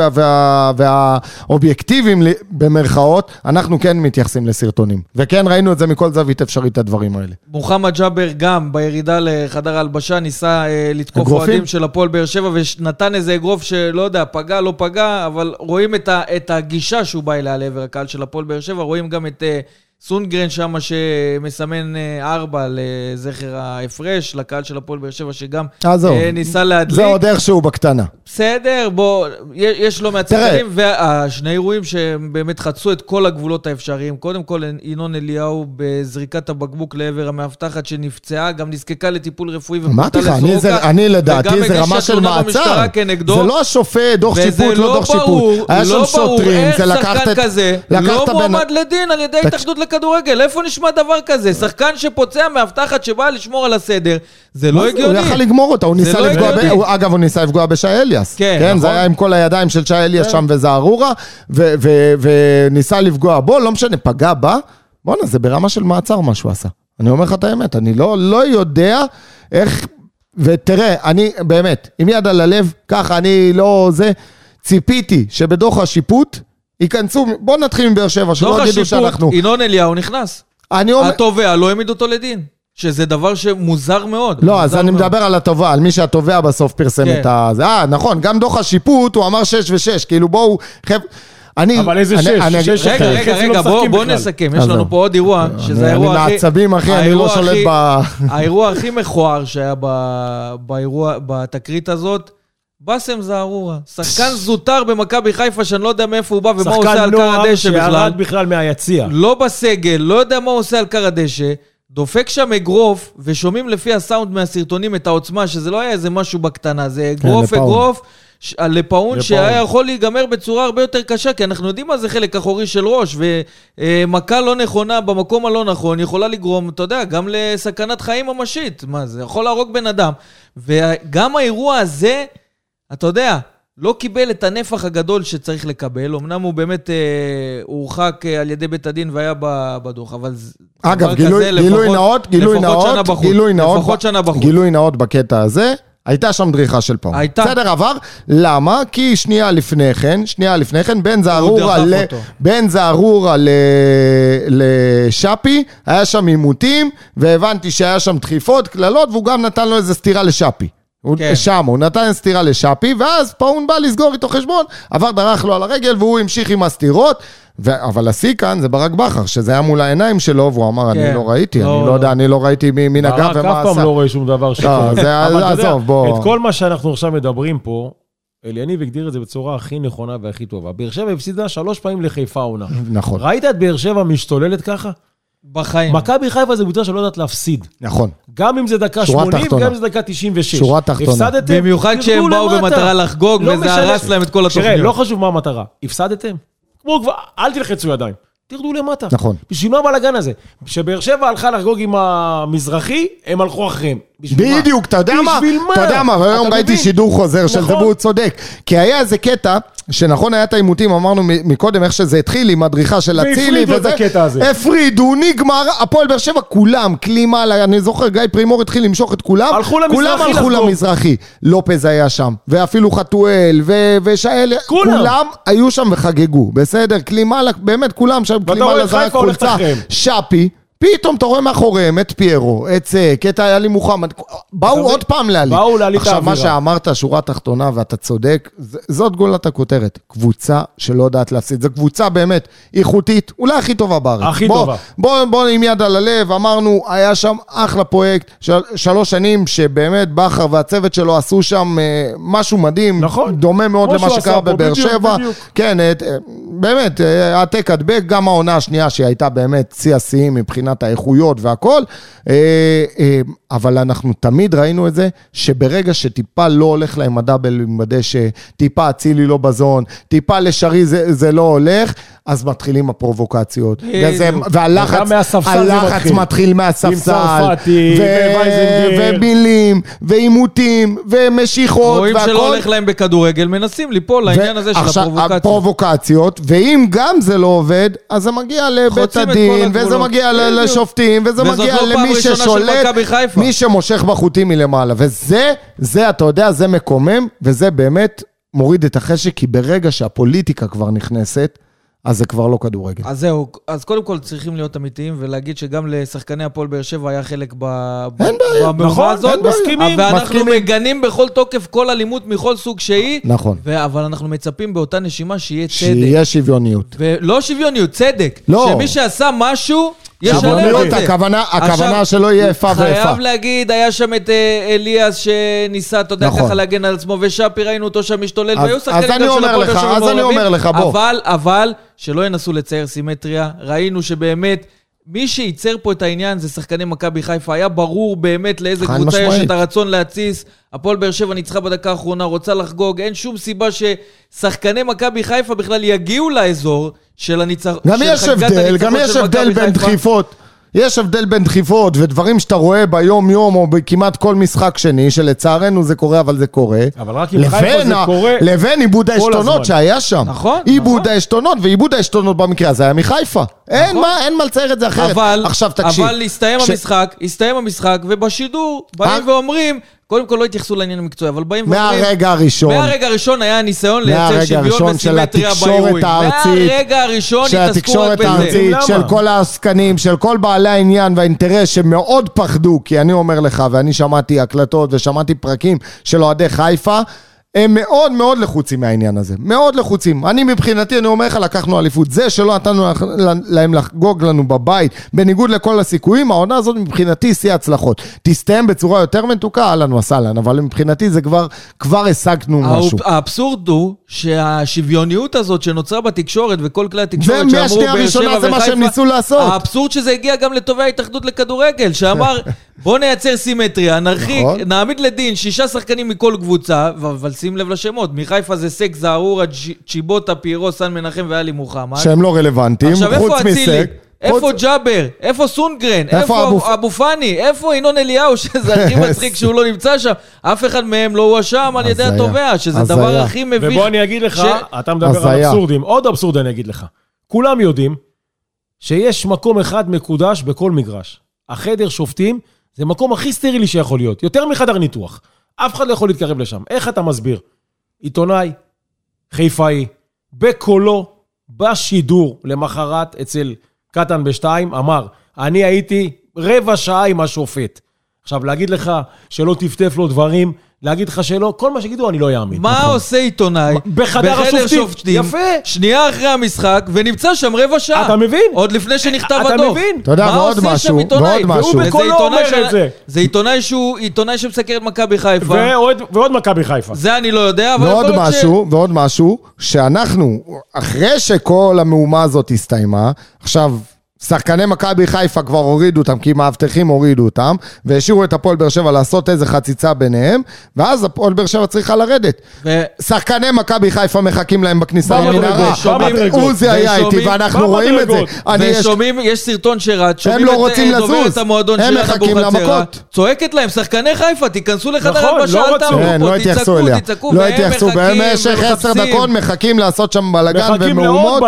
C: והאובייקטיביים במרכאות, אנחנו כן מתייחסים לסרטונים, וכן ראינו את זה מכל זווית אפשרית הדברים.
B: מוחמד ג'אבר גם בירידה לחדר ההלבשה ניסה אה, לתקוף אוהדים של הפועל באר שבע ונתן איזה אגרוף שלא יודע, פגע, לא פגע, אבל רואים את, ה, את הגישה שהוא בא אליה לעבר הקהל של הפועל באר שבע, רואים גם את אה, סונגרן שם שמסמן אה, ארבע לזכר ההפרש, לקהל של הפועל באר שבע שגם אה, ניסה להדליק.
C: זה עוד איכשהו בקטנה.
B: בסדר, בוא, יש, יש לו מהצדדים, והשני אירועים שהם באמת חצו את כל הגבולות האפשריים. קודם כל, ינון אליהו בזריקת הבקבוק לעבר המאבטחת שנפצעה, גם נזקקה לטיפול רפואי
C: ומחתה לסורוקה. אני לדעתי, זה רמה של מעצר. זה לא השופט, דוח שיפוט, לא דוח שיפוט. היה שם שוטרים,
B: זה לקחת את... לא מועמד לדין על ידי התאחדות לכדורגל. איפה נשמע דבר כזה? שחקן שפוצע מאבטחת שבא לשמור על הסדר. זה לא הגיוני.
C: הוא יכל לגמור אותה, הוא ניסה לפגוע, אגב, הוא ניסה לפגוע בשי אליאס. כן, זה היה עם כל הידיים של שי אליאס שם וזערורה, וניסה לפגוע בו, לא משנה, פגע בה. בוא'נה, זה ברמה של מעצר מה שהוא עשה. אני אומר לך את האמת, אני לא יודע איך, ותראה, אני באמת, עם יד על הלב, ככה אני לא זה, ציפיתי שבדוח השיפוט ייכנסו, בוא נתחיל מבאר שבע, שלא יגידו שאנחנו...
B: דוח השיפוט, ינון אליהו נכנס. התובע לא העמיד אותו לדין. שזה דבר שמוזר מאוד.
C: לא, אז אני מדבר על התובע, על מי שהתובע בסוף פרסם את זה. אה, נכון, גם דוח השיפוט, הוא אמר שש ושש, כאילו בואו,
D: אבל איזה שש?
B: רגע, רגע, רגע, בואו נסכם, יש לנו פה עוד אירוע, שזה האירוע הכי...
C: אני מעצבים, אחי, אני לא שולט ב...
B: האירוע הכי מכוער שהיה באירוע, בתקרית הזאת, בסם זערורה, שחקן זוטר במכבי חיפה, שאני לא יודע מאיפה הוא בא ומה הוא עושה על קר הדשא בכלל.
D: שחקן נוער שירד בכלל מהיציע.
B: לא בסגל, לא יודע מה הוא עושה על קר הדשא, דופק שם אגרוף, ושומעים לפי הסאונד מהסרטונים את העוצמה, שזה לא היה איזה משהו בקטנה, זה אגרוף, אגרוף, לפאון שהיה יכול להיגמר בצורה הרבה יותר קשה, כי אנחנו יודעים מה זה חלק אחורי של ראש, ומכה לא נכונה במקום הלא נכון, יכולה לגרום, אתה יודע, גם לסכנת חיים ממשית, מה זה, יכול להרוג בן אדם, וגם האירוע הזה, אתה יודע, לא קיבל את הנפח הגדול שצריך לקבל, אמנם הוא באמת הורחק על ידי בית הדין והיה בדוח, אבל
C: אגב, גילוי נאות, גילוי נאות, גילוי נאות, גילוי נאות בקטע הזה, הייתה שם דריכה של פעם.
B: הייתה.
C: בסדר, עבר. למה? כי שנייה לפני כן, שנייה לפני כן, בין זערורה ל... בין זערורה ל... לשפי, היה שם עימותים, והבנתי שהיה שם דחיפות, כללות, והוא גם נתן לו איזה סתירה לשפי. כן. שם, הוא נתן סתירה לשפי, ואז פאון בא לסגור איתו חשבון, עבר דרך לו על הרגל, והוא המשיך עם הסתירות, ו... אבל השיא כאן זה ברק בכר, שזה היה מול העיניים שלו, והוא אמר, כן. אני לא ראיתי, לא, אני לא יודע, אני לא ראיתי מי נגע ומה עשה.
D: ברק אף פעם לא רואה שום דבר שקורה.
C: זה עזוב, בוא.
D: את כל מה שאנחנו עכשיו מדברים פה, אליניב הגדיר את זה בצורה הכי נכונה והכי טובה. באר שבע הפסידה שלוש פעמים לחיפה עונה.
C: נכון.
D: ראית את באר שבע משתוללת ככה?
B: בחיים.
D: מכבי חיפה זה קבוצה שלא יודעת להפסיד.
C: נכון.
D: גם אם זה דקה שמונים, גם אם זה דקה תשעים ושש.
C: שורה תחתונה.
D: הפסדתם,
B: במיוחד כשהם באו במטרה לחגוג, וזה הרס להם את כל התוכניות.
D: תראה, לא חשוב מה המטרה. הפסדתם? כמו כבר, אל תלחצו ידיים. תרדו למטה.
C: נכון.
D: בשביל מה בלגן הזה? שבאר שבע הלכה לחגוג עם המזרחי, הם הלכו אחריהם.
C: בדיוק, אתה יודע מה? אתה יודע מה, והיום ראיתי שידור חוזר של זה, והוא צודק. כי היה איזה קטע, שנכון היה את האימותים, אמרנו מקודם איך שזה התחיל עם הדריכה של הצילי, הפרידו, נגמר, הפועל באר שבע, כולם, קלימה, אני זוכר, גיא פרימור התחיל למשוך את כולם, כולם הלכו למזרחי, לופז היה שם, ואפילו חתואל, ושאל, כולם היו שם וחגגו, בסדר, קלימה, באמת כולם שם, קלימה לזרק חולצה, שפי, פתאום אתה רואה מאחוריהם את פיירו, את צק, את איילי מוחמד, באו עוד פעם להעלי.
D: באו להעלי את האווירה.
C: עכשיו, מה שאמרת, שורה תחתונה, ואתה צודק, זאת גולת הכותרת. קבוצה שלא יודעת להפסיד. זו קבוצה באמת איכותית, אולי הכי טובה בארץ.
D: הכי טובה.
C: בוא, בוא עם יד על הלב, אמרנו, היה שם אחלה פרויקט, של, שלוש שנים שבאמת בכר והצוות שלו עשו שם משהו מדהים,
D: נכון.
C: דומה מאוד למה שקרה בבאר שבע. כן, באמת, העתק הדבק, גם העונה השנייה שהייתה באמת צי השיאים מבחינת האיכויות והכל, אבל אנחנו תמיד ראינו את זה, שברגע שטיפה לא הולך להם הדאבל, מדי שטיפה הצילי לא בזון, טיפה לשרי זה, זה לא הולך, אז מתחילים הפרובוקציות. והלחץ מתחיל מהספסל, ובילים, ואימותים, ומשיכות,
B: רואים שלא הולך להם בכדורגל, מנסים ליפול לעניין הזה של הפרובוקציות.
C: הפרובוקציות, ואם גם זה לא עובד, אז זה מגיע לבית הדין, וזה מגיע לשופטים, וזה מגיע למי ששולט, מי שמושך בחוטים מלמעלה. וזה, זה, אתה יודע, זה מקומם, וזה באמת מוריד את החשק, כי ברגע שהפוליטיקה כבר נכנסת, אז זה כבר לא כדורגל.
B: אז זהו, אז קודם כל צריכים להיות אמיתיים, ולהגיד שגם לשחקני הפועל באר שבע היה חלק במהומה הזאת, ואנחנו מגנים בכל תוקף כל אלימות מכל סוג שהיא,
C: נכון.
B: אבל אנחנו מצפים באותה נשימה שיהיה צדק.
C: שיהיה שוויוניות.
B: ולא שוויוניות, צדק. שמי שעשה משהו,
C: שוויוניות, הכוונה שלא יהיה איפה ואיפה.
B: חייב להגיד, היה שם את אליאס שניסה, אתה יודע, ככה להגן על עצמו, ושאפי ראינו אותו שם משתולל, והיו שחקנים גם של הפועל באר שבע.
C: אז אני אומר לך, בוא.
B: אבל, אבל, שלא ינסו לצייר סימטריה, ראינו שבאמת, מי שייצר פה את העניין זה שחקני מכבי חיפה, היה ברור באמת לאיזה קבוצה יש את הרצון להציס, הפועל באר שבע ניצחה בדקה האחרונה, רוצה לחגוג, אין שום סיבה ששחקני מכבי חיפה בכלל יגיעו לאזור של הניצחון.
C: גם יש הבדל, גם יש הבדל בין דחיפות. יש הבדל בין דחיפות ודברים שאתה רואה ביום יום או בכמעט כל משחק שני, שלצערנו זה קורה אבל זה קורה.
D: אבל רק עם חיפה זה קורה.
C: לבין עיבוד העשתונות שהיה שם.
B: נכון.
C: עיבוד העשתונות ועיבוד העשתונות במקרה הזה היה מחיפה. אין מה, אין מה לצייר את זה אחרת.
B: אבל, אבל הסתיים המשחק, הסתיים המשחק ובשידור באים ואומרים, קודם כל לא התייחסו לעניין המקצועי, אבל באים ואומרים...
C: מהרגע הראשון.
B: מהרגע הראשון היה ניסיון לייצר שוויון וסימטריה באירועים. מהרגע הראשון התעסקו רק בזה.
C: של כל העסקנים, של כל בעלי העניין והאינטרס שמאוד פחדו, כי אני אומר לך, ואני שמעתי הקלטות ושמעתי פרקים של אוהדי חיפה, הם מאוד מאוד לחוצים מהעניין הזה, מאוד לחוצים. אני מבחינתי, אני אומר לך, לקחנו אליפות. זה שלא נתנו להם לחגוג לנו בבית, בניגוד לכל הסיכויים, העונה הזאת מבחינתי שיא הצלחות. תסתיים בצורה יותר מתוקה, אהלן וסהלן, אבל מבחינתי זה כבר, כבר השגנו משהו.
B: האבסורד הוא שהשוויוניות הזאת שנוצרה בתקשורת, וכל כלי התקשורת שאמרו
C: מהשנייה הראשונה זה מה שהם ניסו לעשות.
B: האבסורד שזה הגיע גם לטובי ההתאחדות לכדורגל, שאמר, בוא נייצר סימטריה, נרחיק, נעמיד לדין שישה שחקנים מכל קבוצה, אבל שים לב לשמות, מחיפה זה סק, זהורה, צ'יבוטה, פיירו, סן מנחם ואלי מוחמד.
C: שהם לא רלוונטיים, חוץ מסק.
B: איפה ג'אבר? איפה סונגרן? איפה אבו פני? איפה ינון אליהו, שזה הכי מצחיק שהוא לא נמצא שם? אף אחד מהם לא הואשם על ידי התובע, שזה דבר הכי מביך.
D: ובוא אני אגיד לך, אתה מדבר על אבסורדים, עוד אבסורד אני אגיד לך. כולם יודעים שיש מקום אחד מקודש בכל מגרש. החדר שופטים זה מקום הכי סטרילי שיכול להיות, יותר מחדר ניתוח. אף אחד לא יכול להתקרב לשם. איך אתה מסביר? עיתונאי, חיפאי, בקולו, בשידור, למחרת אצל קטן בשתיים, אמר, אני הייתי רבע שעה עם השופט. עכשיו, להגיד לך שלא תפתף לו דברים, להגיד לך שלא, כל מה שגידו אני לא יאמין.
B: מה עושה עיתונאי?
D: בחדר השופטים.
B: יפה. שנייה אחרי המשחק, ונמצא שם רבע שעה.
D: אתה מבין?
B: עוד לפני שנכתב הדוח.
D: אתה מבין?
C: אתה יודע, ועוד משהו, ועוד משהו.
D: והוא בקולו אומר את זה.
B: זה עיתונאי שהוא, עיתונאי שמסקר את מכבי חיפה.
D: ועוד מכבי חיפה.
B: זה אני לא יודע, אבל
C: ועוד משהו, ועוד משהו, שאנחנו, אחרי שכל המהומה הזאת הסתיימה, עכשיו, שחקני מכבי חיפה כבר הורידו אותם, כי מאבטחים הורידו אותם, והשאירו את הפועל באר שבע לעשות איזה חציצה ביניהם, ואז הפועל באר שבע צריכה לרדת. ו... שחקני מכבי חיפה מחכים להם בכניסה למנהרה. עוזי היה איתי, ואנחנו רואים את זה.
B: ושומעים, יש סרטון שרץ,
C: הם לא רוצים לזוז, הם מחכים למכות.
B: צועקת להם, שחקני חיפה, תיכנסו לחדר הלבשה,
C: לא התייחסו אליה. לא התייחסו, במשך עשר דקות מחכים לעשות שם בלגן ומהומות.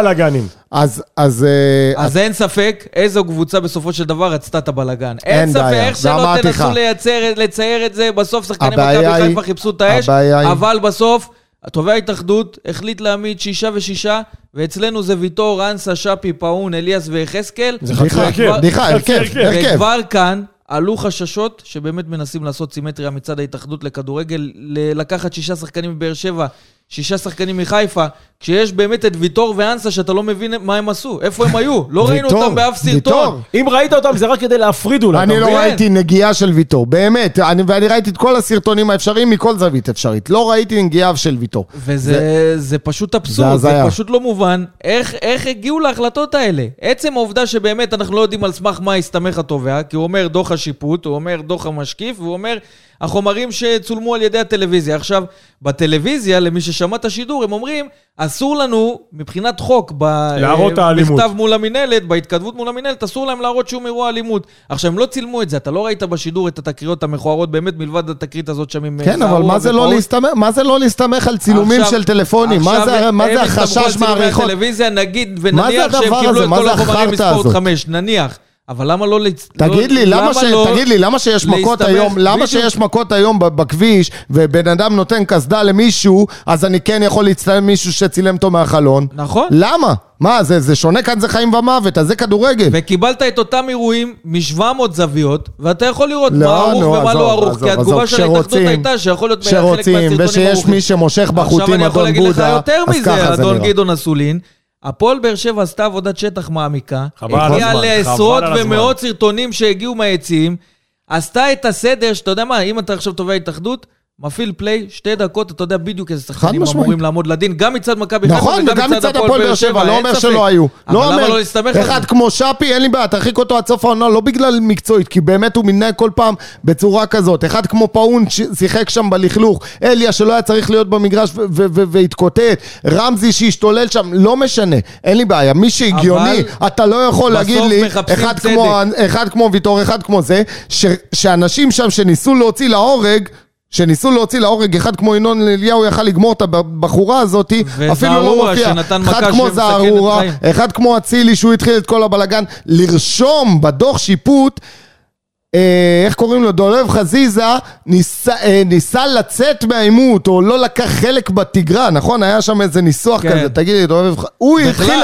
C: אז, אז,
B: אז אין ספק איזו קבוצה בסופו של דבר רצתה את הבלגן. אין ספק, איך שלא תנסו לייצר, לצייר את זה, בסוף שחקני מכבי חיפה חיפשו את האש, אבל בסוף, תובע ההתאחדות החליט להעמיד שישה ושישה, ואצלנו זה ויטור, אנסה, שפי, פאון, אליאס ויחזקאל.
C: זה חתיכה, הרכב, הרכב.
B: וכבר כאן עלו חששות שבאמת מנסים לעשות סימטריה מצד ההתאחדות לכדורגל, לקחת שישה שחקנים בבאר שבע, שישה שחקנים מחיפה, כשיש באמת את ויטור ואנסה שאתה לא מבין מה הם עשו, איפה הם היו, לא ראינו אותם באף סרטון.
D: אם ראית אותם זה רק כדי להפריד אולי.
C: אני לא ראיתי נגיעה של ויטור, באמת, ואני ראיתי את כל הסרטונים האפשריים מכל זווית אפשרית, לא ראיתי נגיעה של ויטור.
B: וזה פשוט אבסורד, זה פשוט לא מובן, איך הגיעו להחלטות האלה? עצם העובדה שבאמת אנחנו לא יודעים על סמך מה הסתמך התובע, כי הוא אומר דוח השיפוט, הוא אומר דוח המשקיף, והוא אומר החומרים שצולמו על ידי הטלוויזיה. עכשיו, בטלוויזיה, למי ששמע את השידור, הם אומרים, אסור לנו, מבחינת חוק, במכתב מול המנהלת, בהתכתבות מול המנהלת, אסור להם להראות שום אירוע אלימות. עכשיו, הם לא צילמו את זה, אתה לא ראית בשידור את התקריות המכוערות, באמת מלבד התקרית הזאת שם עם...
C: כן, אבל מה זה, לא להסתמך, מה זה לא להסתמך על צילומים עכשיו, של טלפונים? מה זה, מה זה החשש מעריכות?
B: הטלוויזיה, נגיד, ונניח שהם קיבלו את כל החומרים מספורט חמש, נניח. אבל למה לא...
C: תגיד לי, למה ש... תגיד לי, למה שיש מכות היום, למה שיש מכות היום בכביש, ובן אדם נותן כסדה למישהו, אז אני כן יכול להצטלם מישהו שצילם אותו מהחלון?
B: נכון.
C: למה? מה, זה, זה שונה כאן, זה חיים ומוות, אז זה כדורגל.
B: וקיבלת את אותם אירועים מ-שבע מאות זוויות, ואתה יכול לראות מה ערוך ומה לא ערוך, כי התגובה של ההתאחדות הייתה שיכול להיות חלק מהסרטונים ערוכים.
C: ושיש מי שמושך בחוטים, אדון בודה, אז ככה זה נראה.
B: גדעון אסולין, הפועל באר שבע עשתה עבודת שטח מעמיקה, הגיעה לעשרות ומאות סרטונים שהגיעו מהיציעים, עשתה את הסדר, שאתה יודע מה, אם אתה עכשיו תובע התאחדות, מפעיל פליי, שתי דקות, אתה יודע בדיוק איזה שחקנים אמורים לעמוד לדין, גם מצד מכבי חיפה וגם מצד הפועל באר שבע,
C: לא אומר שלא היו.
B: אבל למה לא להסתמך על זה?
C: אחד כמו שפי, אין לי בעיה, תרחיק אותו עד סוף העונה, לא בגלל מקצועית, כי באמת הוא מנהג כל פעם בצורה כזאת. אחד כמו פאון שיחק שם בלכלוך, אליה שלא היה צריך להיות במגרש והתקוטט, רמזי שהשתולל שם, לא משנה, אין לי בעיה. מי שהגיוני, אתה לא יכול להגיד לי, אחד כמו ויטור, אחד כמו זה, שאנשים שם שניסו להוציא להורג, שניסו להוציא להורג, אחד כמו ינון אליהו יכל לגמור את הבחורה הזאת, אפילו לא מופיע, אחד כמו זערורה, אחד כמו אצילי שהוא התחיל את כל הבלגן, לרשום בדוח שיפוט, איך קוראים לו, דולב חזיזה, ניסה, ניסה לצאת מהאימות, או לא לקח חלק בתגרה, נכון? היה שם איזה ניסוח כזה, תגיד לי, דולב חזיזה, הוא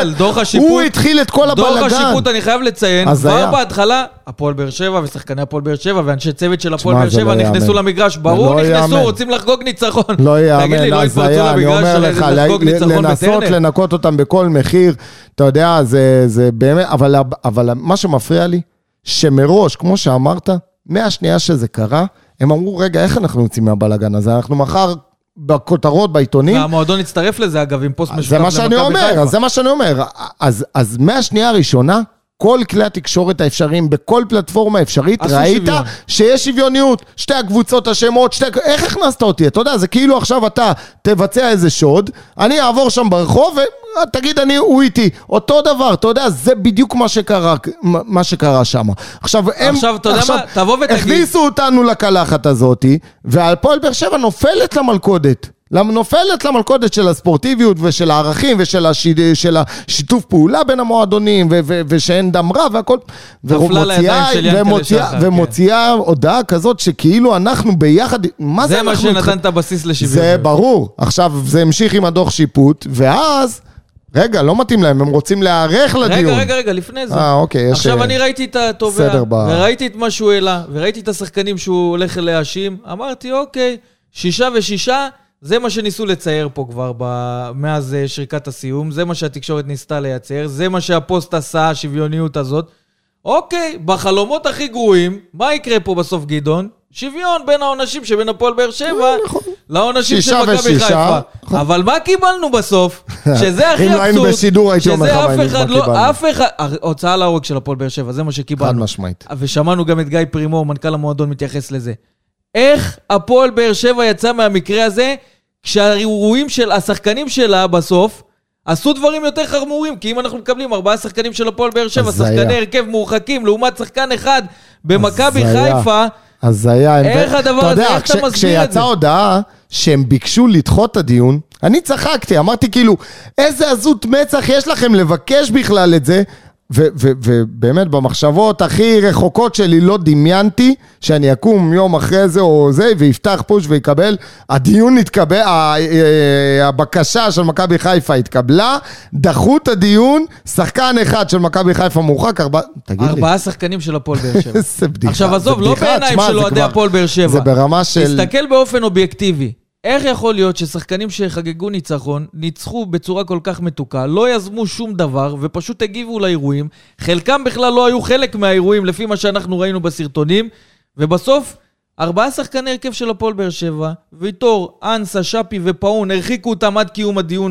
C: התחיל את כל הבלגן.
B: דוח השיפוט, אני חייב לציין, כבר בהתחלה, הפועל באר שבע ושחקני הפועל באר שבע, ואנשי צוות של הפועל באר שבע נכנסו למגרש, ברור נכנסו, רוצים לחגוג ניצחון.
C: לא יאמן, אז היה, אני אומר לך, לנסות לנקות אותם בכל מחיר, אתה יודע, זה באמת, אבל מה שמפריע לי, שמראש, כמו שאמרת, מהשנייה שזה קרה, הם אמרו, רגע, איך אנחנו יוצאים מהבלגן הזה? אנחנו מחר בכותרות, בעיתונים.
B: והמועדון הצטרף לזה, אגב, עם פוסט משותף.
C: זה מה שאני אומר, זה מה שאני אומר. אז, אז מהשנייה הראשונה, כל כלי התקשורת האפשריים, בכל פלטפורמה אפשרית, ראית שוויון. שיש שוויוניות, שתי הקבוצות השמות, שתי... איך הכנסת אותי? אתה יודע, זה כאילו עכשיו אתה תבצע איזה שוד, אני אעבור שם ברחוב, ותגיד אני, הוא איתי. אותו דבר, אתה יודע, זה בדיוק מה שקרה, מה שקרה שם. עכשיו, הם...
B: עכשיו, אתה יודע מה? תבוא ותגיד.
C: הכניסו אותנו לקלחת הזאת, והפועל באר שבע נופלת למלכודת. נופלת למלכודת של הספורטיביות ושל הערכים ושל השיד, של השיתוף פעולה בין המועדונים ו- ו- ושאין דם רע והכל ומוציאה, ומוציאה, ומוציאה הודעה כזאת שכאילו אנחנו ביחד, מה זה,
B: זה מה שנתן את הבסיס לשוויון.
C: זה ברור. עכשיו זה המשיך עם הדוח שיפוט ואז רגע, לא מתאים להם, הם רוצים להערך לדיון.
B: רגע, רגע, רגע, לפני זה.
C: אה, אוקיי.
B: עכשיו אני ראיתי את התובע, וראיתי את מה שהוא העלה, וראיתי את השחקנים שהוא הולך להאשים. אמרתי, אוקיי, שישה ושישה, זה מה שניסו לצייר פה כבר מאז שריקת הסיום, זה מה שהתקשורת ניסתה לייצר, זה מה שהפוסט עשה, השוויוניות הזאת. אוקיי, בחלומות הכי גרועים, מה יקרה פה בסוף גדעון? שוויון בין העונשים שבין הפועל באר שבע, לעונשים של מכבי חיפה. אבל מה קיבלנו בסוף? שזה הכי אבסורד.
C: אם היינו בשידור הייתי אומר לך מה קיבלנו.
B: אף אחד, הוצאה להורג של הפועל באר שבע, זה מה שקיבלנו.
C: חד משמעית.
B: ושמענו גם את גיא פרימור, מנכ"ל המועדון, מתייחס לזה. איך הפועל באר שבע יצא מהמקרה הזה, כשהאירועים של השחקנים שלה בסוף, עשו דברים יותר חמורים, כי אם אנחנו מקבלים ארבעה שחקנים של הפועל באר שבע, שחקני הרכב מורחקים, לעומת שחקן אחד במכבי חיפה,
C: אז היה...
B: איך הדבר הזה, איך אתה מסביר את זה?
C: כשיצאה הודעה שהם ביקשו לדחות את הדיון, אני צחקתי, אמרתי כאילו, איזה עזות מצח יש לכם לבקש בכלל את זה, ובאמת במחשבות הכי רחוקות שלי לא דמיינתי שאני אקום יום אחרי זה או זה ויפתח פוש ויקבל, הדיון התקבל, הבקשה של מכבי חיפה התקבלה, דחו את הדיון, שחקן אחד של מכבי חיפה מורחק, ארבעה, תגיד לי.
B: ארבעה שחקנים של הפועל באר שבע.
C: זה בדיחה.
B: עכשיו עזוב, לא בעיניים של אוהדי הפועל באר שבע.
C: זה ברמה של...
B: תסתכל באופן אובייקטיבי. איך יכול להיות ששחקנים שחגגו ניצחון, ניצחו בצורה כל כך מתוקה, לא יזמו שום דבר ופשוט הגיבו לאירועים, חלקם בכלל לא היו חלק מהאירועים לפי מה שאנחנו ראינו בסרטונים, ובסוף ארבעה שחקני הרכב של הפועל באר שבע, ויתור, אנסה, שפי ופאון, הרחיקו אותם עד קיום הדיון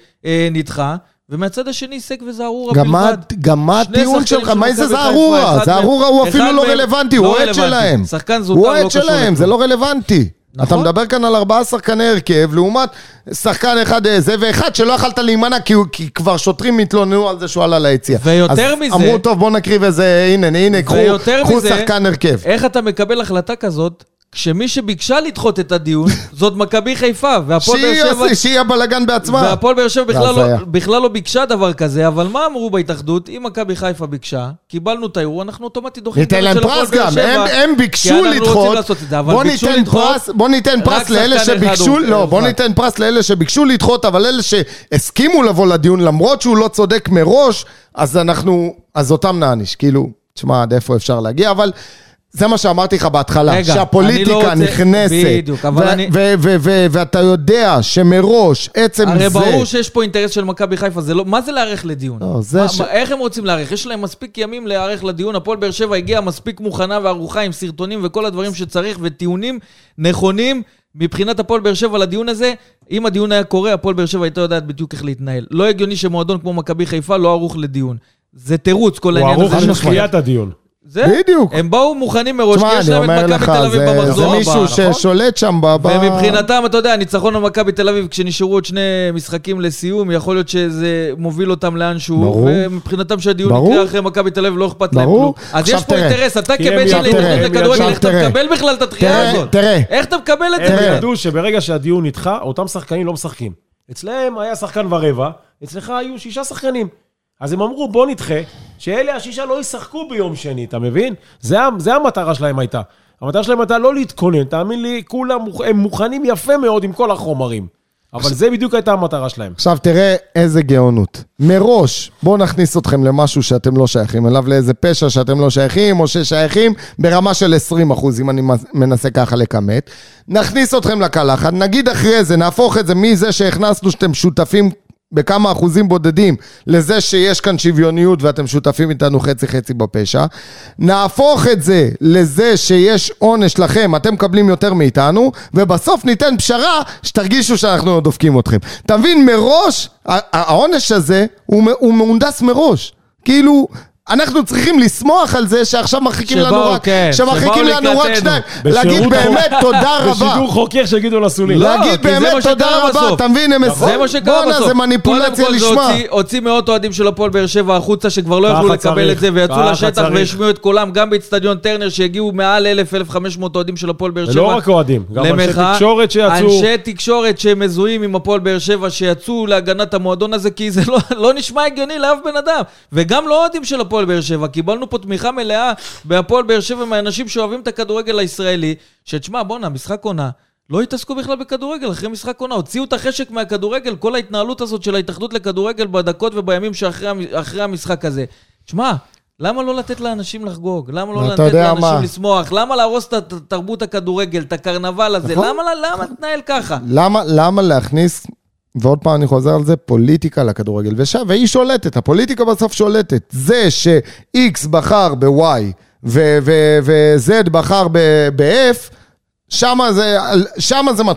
B: שנדחה, ומהצד השני סק וזערורה בלבד.
C: גם מה הטיעון שלך? מה זה זערורה? זערורה הוא אפילו לא רלוונטי, הוא עד שלהם.
B: שחקן זוטר לא קשור.
C: הוא עד שלהם, זה לא רלוונטי. נכון? אתה מדבר כאן על ארבעה שחקני הרכב, לעומת שחקן אחד זה, ואחד שלא יכלת להימנע, כי, כי כבר שוטרים מתלוננו על זה שהוא עלה ליציאה.
B: ויותר
C: אז
B: מזה...
C: אמרו, טוב, בוא נקריב איזה, הנה, הנה, קחו, קחו
B: מזה,
C: שחקן הרכב.
B: איך אתה מקבל החלטה כזאת, כשמי שביקשה לדחות את הדיון, זאת מכבי חיפה, והפועל באר שבע...
C: שהיא הבלגן בעצמה.
B: והפועל באר שבע בכלל לא, בכלל לא ביקשה דבר כזה, אבל מה אמרו בהתאחדות? אם מכבי חיפה ביקשה, קיבלנו את האירוע, אנחנו אוטומטית דוחים...
C: ניתן להם פרס גם, הם, הם ביקשו לדחות, בוא ניתן פרס, בוא ניתן פרס לאלה שביקשו, לא, בוא ניתן פרס לאלה שביקשו לדחות, אבל אלה שהסכימו לבוא לדיון, למרות שהוא לא צודק מראש, אז אנחנו, אז אותם נעניש, כאילו, תשמע, עד איפה אפשר להגיע, אבל... זה מה שאמרתי לך בהתחלה, רגע, שהפוליטיקה לא רוצה... נכנסת, בדיוק, אבל ו- אני... ו- ו- ו- ואתה יודע שמראש, עצם
B: הרי
C: זה...
B: הרי ברור שיש פה אינטרס של מכבי חיפה, זה לא... מה זה להערך לדיון?
C: לא, זה
B: מה,
C: ש...
B: מה, איך הם רוצים להערך? יש להם מספיק ימים להערך לדיון, הפועל באר שבע הגיעה מספיק מוכנה וערוכה עם סרטונים וכל הדברים שצריך, וטיעונים נכונים מבחינת הפועל באר שבע לדיון הזה. אם הדיון היה קורה, הפועל באר שבע הייתה יודעת בדיוק איך להתנהל. לא הגיוני שמועדון כמו מכבי חיפה לא ערוך לדיון. זה תירוץ, כל העניין הזה.
D: הוא ערוך לשחיית הדיון.
B: זה?
C: בדיוק.
B: הם באו מוכנים מראש, כי יש להם את מכבי תל אביב במחזור הבא,
C: זה מישהו ששולט שם בבא.
B: ומבחינתם, אתה יודע, ניצחון במכבי תל אביב, כשנשארו עוד שני משחקים לסיום, יכול להיות שזה מוביל אותם לאנשהו, ומבחינתם שהדיון יקרה אחרי מכבי תל אביב, לא אכפת להם כלום. אז יש פה אינטרס, אתה כבן של להתאחדות לכדורגל, איך אתה מקבל בכלל את התחייה הזאת?
C: תראה.
B: איך אתה מקבל את זה?
D: הם ידעו שברגע שהדיון נדחה, אותם שחקנים לא משחקים. אצלהם היה שחקן ורבע, אצלך היו שישה שחקנים. אז הם אמרו, בוא נדחה, שאלה השישה לא ישחקו ביום שני, אתה מבין? זה, זה המטרה שלהם הייתה. המטרה שלהם הייתה לא להתכונן, תאמין לי, כולם, הם מוכנים יפה מאוד עם כל החומרים. אבל זה בדיוק הייתה המטרה שלהם. עכשיו
C: תראה איזה גאונות. מראש, בואו נכניס אתכם למשהו שאתם לא שייכים, אליו לאיזה פשע שאתם לא שייכים, או ששייכים ברמה של עשרים אחוז, אם אני מנסה ככה לקמת. נכניס אתכם לקלחת, נגיד אחרי זה, נהפוך את זה מזה שהכנסנו שאתם שותפים בכמה אחוזים בודדים לזה שיש כאן שוויוניות ואתם שותפים איתנו חצי חצי בפשע. נהפוך את זה לזה שיש עונש לכם, אתם מקבלים יותר מאיתנו, ובסוף ניתן פשרה שתרגישו שאנחנו דופקים אתכם. אתה מבין, מראש, העונש הזה הוא, הוא מהונדס מראש. כאילו... אנחנו צריכים לשמוח על זה שעכשיו מרחיקים לנו רק, שמרחיקים לנו רק שניים. להגיד באמת תודה רבה.
D: בשידור חוקר שיגידו לסולים.
C: להגיד באמת תודה רבה. אתה מבין,
B: זה מה שקרה בסוף.
C: זה מניפולציה לשמה.
B: הוציא מאות אוהדים של הפועל באר שבע החוצה שכבר לא יכלו לקבל את זה, ויצאו לשטח והשמיעו את קולם, גם באצטדיון טרנר שהגיעו מעל אלף אלף וחמש מאות אוהדים של הפועל באר שבע.
D: לא רק אוהדים, גם אנשי תקשורת שיצאו.
B: אנשי תקשורת שמזוהים עם הפועל באר שבע שיצאו להגנת המועדון הזה, כי זה לא נשמע הגיוני לאף בן אדם. וגם לא אוהדים של הפועל באר שבע. קיבלנו פה תמיכה מלאה בהפועל באר שבע מהאנשים שאוהבים את הכדורגל הישראלי, שתשמע, בונה, משחק עונה, לא התעסקו בכלל בכדורגל אחרי משחק עונה, הוציאו את החשק מהכדורגל, כל ההתנהלות הזאת של ההתאחדות לכדורגל בדקות ובימים שאחרי המשחק הזה. תשמע, למה לא לתת לאנשים לחגוג? למה לא לתת לאנשים לשמוח? למה להרוס את תרבות הכדורגל, את הקרנבל הזה? למה תנהל ככה?
C: למה להכניס... ועוד פעם אני חוזר על זה, פוליטיקה לכדורגל, והיא שולטת, הפוליטיקה בסוף שולטת, זה ש-X בחר ב-Y, ו-Z בחר ב-F, שמה זה, שמה זה מתחיל.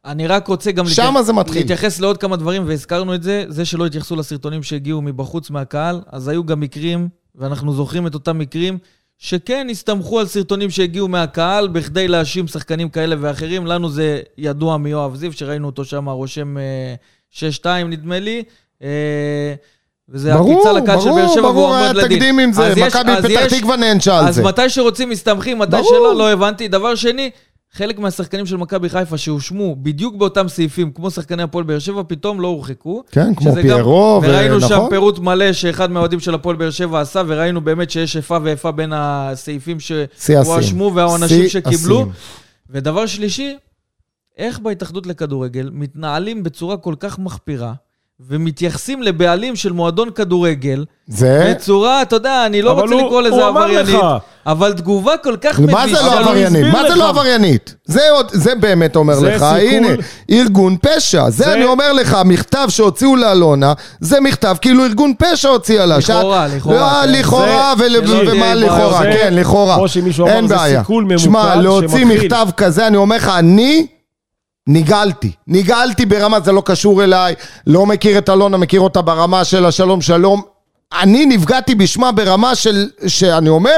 B: אני רק רוצה גם להתייחס לעוד כמה דברים, והזכרנו את זה, זה שלא התייחסו לסרטונים שהגיעו מבחוץ מהקהל, אז היו גם מקרים, ואנחנו זוכרים את אותם מקרים, שכן הסתמכו על סרטונים שהגיעו מהקהל, בכדי להאשים שחקנים כאלה ואחרים. לנו זה ידוע מיואב זיו, שראינו אותו שם רושם שש שתיים נדמה לי, וזה הקיצה לקהל של באר שבע, והוא עומד לדין.
C: ברור, תקדים עם זה, מכבי פתח תקווה נענשה על זה.
B: אז מתי שרוצים מסתמכים, מתי שלא, לא הבנתי. דבר שני, חלק מהשחקנים של מכבי חיפה שהושמו בדיוק באותם סעיפים, כמו שחקני הפועל באר שבע, פתאום לא הורחקו.
C: כן, כמו פיירו,
B: וראינו נכון? שם פירוט מלא שאחד מהאוהדים של הפועל באר שבע עשה, וראינו באמת שיש איפה ואיפה בין הסעיפים שהושמו והעונשים שקיבלו. ודבר שלישי, איך בהתאחדות לכדורגל מתנהלים בצורה כל כך מחפירה, ומתייחסים לבעלים של מועדון כדורגל,
C: זה...
B: בצורה, אתה יודע, אני לא רוצה לקרוא לזה עבריינית, אבל תגובה כל כך מבישה.
C: מה זה לא עבריינית? מה זה לא עבריינית? זה באמת אומר לך, הנה, ארגון פשע. זה אני אומר לך, מכתב שהוציאו לאלונה, זה מכתב כאילו ארגון פשע הוציא עלה.
B: לכאורה, לכאורה.
C: לכאורה, ומה לכאורה? כן, לכאורה. אין בעיה. שמע, להוציא מכתב כזה, אני אומר לך, אני... ניגלתי, ניגלתי ברמה, זה לא קשור אליי, לא מכיר את אלונה, מכיר אותה ברמה של השלום שלום, אני נפגעתי בשמה ברמה של, שאני אומר,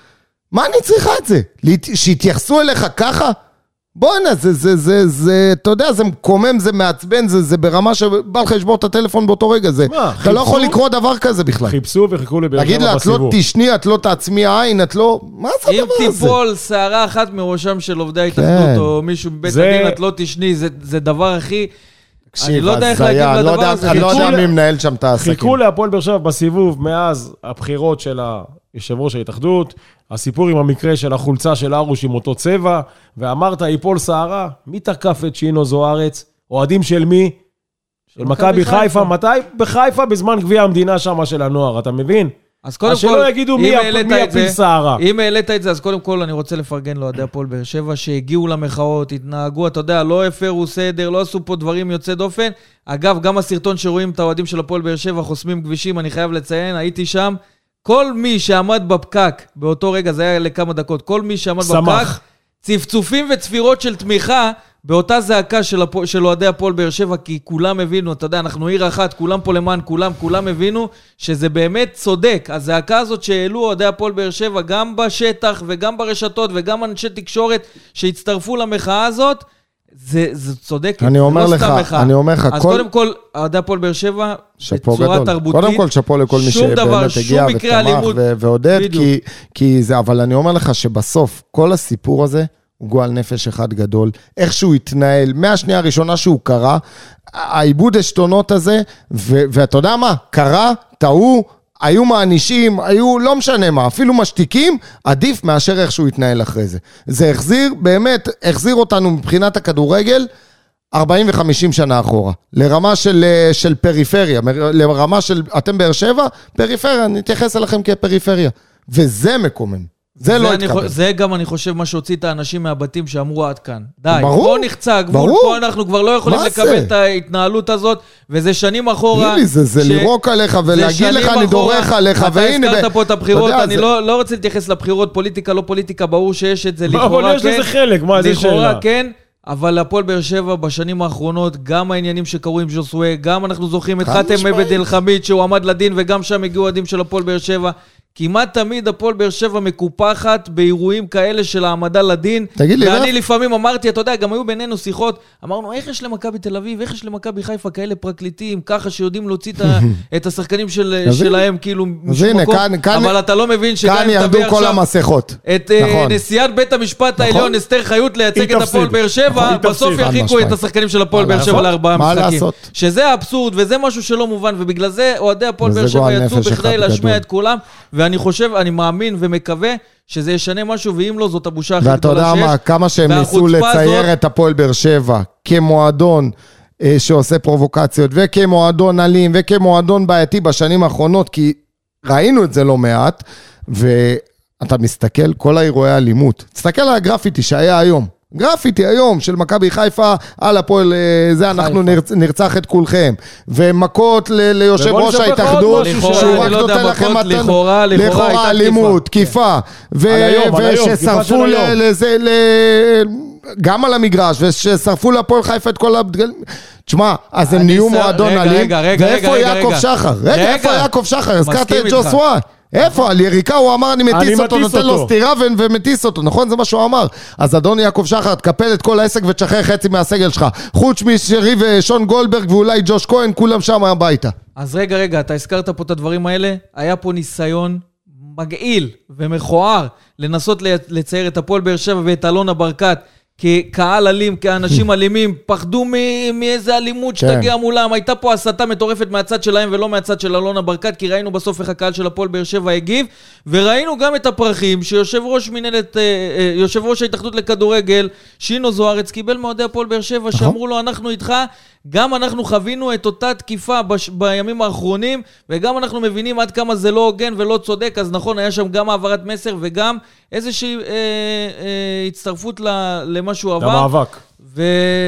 C: מה אני צריכה את זה? שהתייחסו אליך ככה? בוא הנה, זה, זה, זה, זה, אתה יודע, זה מקומם, זה מעצבן, זה, זה ברמה שבא לך לשבור את הטלפון באותו רגע, זה, מה, אתה חיפשו? לא יכול לקרוא דבר כזה בכלל.
D: חיפשו וחיכו לבאר שבע בסיבוב.
C: תגיד לה, את לא תשני, את לא תעצמי העין, את לא, מה זה הדבר הזה?
B: אם תיפול שערה אחת מראשם של עובדי ההתאחדות, או מישהו בבית הדין, את לא תשני, זה, זה דבר הכי... אני לא יודע איך להגיד לדבר הזה.
C: אני לא יודע מי מנהל שם את העסקים.
D: חיכו להפועל באר שבע בסיבוב מאז הבחירות של יושב ראש ההתאחדות, הסיפור עם המקרה של החולצה של ארוש עם אותו צבע, ואמרת, איפול שערה, מי תקף את שינו זוארץ? אוהדים של מי? של מכבי חיפה. מתי? בחיפה בזמן גביע המדינה שם של הנוער, אתה מבין?
B: אז קודם
D: כל, שלא יגידו מי הפיל שערה.
B: אם העלית את זה, אז קודם כל אני רוצה לפרגן לאוהדי הפועל באר שבע, שהגיעו למחאות, התנהגו, אתה יודע, לא הפרו סדר, לא עשו פה דברים יוצא דופן. אגב, גם הסרטון שרואים את האוהדים של הפועל באר שבע, חוסמים כבישים, אני חייב לציין, הייתי שם. כל מי שעמד בפקק, באותו רגע, זה היה לכמה דקות, כל מי שעמד בפקק, צפצופים וצפירות של תמיכה, באותה זעקה של, הפ... של אוהדי הפועל באר שבע, כי כולם הבינו, אתה יודע, אנחנו עיר אחת, כולם פה למען כולם, כולם הבינו שזה באמת צודק. הזעקה הזאת שהעלו אוהדי הפועל באר שבע, גם בשטח וגם ברשתות וגם אנשי תקשורת שהצטרפו למחאה הזאת, זה, זה צודק.
C: אני אומר לך, אני אומר לך,
B: אז כל... קודם כל, אוהדי הפועל באר שבע, בצורה תרבותית,
C: קודם כל שפו לכל מי שבאמת הגיע ותמך ועודד, כי, כי זה, אבל אני אומר לך שבסוף, כל הסיפור הזה, הוא גועל נפש אחד גדול, איך שהוא התנהל, מהשנייה הראשונה שהוא קרה, העיבוד השתונות הזה, ו- ואתה יודע מה, קרה, טעו, היו מענישים, היו לא משנה מה, אפילו משתיקים, עדיף מאשר איך שהוא התנהל אחרי זה. זה החזיר, באמת, החזיר אותנו מבחינת הכדורגל, ארבעים וחמישים שנה אחורה, לרמה של, של פריפריה, לרמה של, אתם באר שבע, פריפריה, נתייחס אליכם כפריפריה, וזה מקומם. זה, זה לא התקבל.
B: זה גם אני חושב מה שהוציא את האנשים מהבתים שאמרו עד כאן. די, פה נחצה הגבול, פה אנחנו כבר לא יכולים לקבל את ההתנהלות הזאת, וזה שנים אחורה.
C: גילי, זה, זה לירוק עליך ולהגיד לך, אני דורך עליך,
B: והנה. אתה הזכרת פה את הבחירות, אני לא רוצה להתייחס לבחירות, פוליטיקה, לא פוליטיקה, ברור שיש את זה, לכאורה כן.
D: אבל יש לזה חלק, מה זה שאלה?
B: לכאורה כן. אבל הפועל באר שבע בשנים האחרונות, גם העניינים שקרו עם ז'וסווה, גם אנחנו זוכרים את חתם עבד אל חמיד שהוא עמד לדין, וגם שם הגיעו עדים של הפועל באר שבע. כמעט תמיד הפועל באר שבע מקופחת באירועים כאלה של העמדה לדין.
C: תגיד לי,
B: ואני לפעמים אמרתי, אתה יודע, גם היו בינינו שיחות, אמרנו, איך יש למכבי תל אביב, איך יש למכבי חיפה כאלה פרקליטים, ככה שיודעים להוציא את השחקנים שלהם, כאילו, משום מקום, אבל אתה לא מבין שגם
C: כאן ירדו כל המסכות.
B: את נשיאת בית המשפט העליון, אסתר חיות, לייצג את הפועל באר שבע, בסוף ירחיקו את השחקנים של הפועל באר שבע לארבעה משחקים. שזה האבסורד, וזה משהו שלא מובן, ובגלל זה אוהדי הפועל באר שבע יצאו בכדי להשמיע את כולם, ואני חושב, אני מאמין ומקווה שזה ישנה משהו, ואם לא, זאת הבושה הכי גדולה שיש.
C: ואתה יודע מה, כמה שהם ניסו לצייר זאת... את הפועל באר שבע כמועדון אה, שעושה פרובוקציות, וכמועדון אלים, וכמועדון בעייתי בשנים האחרונות, כי ראינו את זה לא מעט, ואתה מסתכל, כל האירועי האלימות, תסתכל על הגרפיטי שהיה היום, גרפיטי היום של מכבי חיפה על הפועל, זה אנחנו נרצ, נרצח את כולכם, ומכות ל, ליושב ראש ההתאחדות שהוא רק נותן לכם מתן,
B: לכאורה, לכאורה
C: אלימות, תקיפה, וששרפו לזה, גם על המגרש, וששרפו להפועל חיפה את כל הדגלים. תשמע, אז הם נהיו מועדון אלים, ואיפה יעקב שחר? רגע, איפה יעקב שחר? הזכרת את ג'וסווה. איפה? על יריקה הוא אמר, אני מטיס אותו, נותן לו סתירה ומטיס אותו, נכון? זה מה שהוא אמר. אז אדון יעקב שחר, תקפל את כל העסק ותשחרר חצי מהסגל שלך. חוץ משרי ושון גולדברג ואולי ג'וש כהן, כולם שם הביתה.
B: אז רגע, רגע, אתה הזכרת פה את הדברים האלה, היה פה ניסיון מגעיל ומכוער לנסות לצייר את הפועל באר שבע ואת אלונה ברקת כקהל אלים, כאנשים אלימים, פחדו מאיזה אלימות שתגיע מולם. הייתה פה הסתה מטורפת מהצד שלהם ולא מהצד של אלונה ברקת, כי ראינו בסוף איך הקהל של הפועל באר שבע הגיב, וראינו גם את הפרחים שיושב ראש מנהלת, יושב ראש ההתאחדות לכדורגל, שינו זוארץ, קיבל מאוהדי הפועל באר שבע, שאמרו לו, אנחנו איתך, גם אנחנו חווינו את אותה תקיפה בש... בימים האחרונים, וגם אנחנו מבינים עד כמה זה לא הוגן ולא צודק, אז נכון, היה שם גם העברת מסר וגם איזושהי אה, אה, הצטרפות למשהו עבר.
D: למאבק.
B: ו...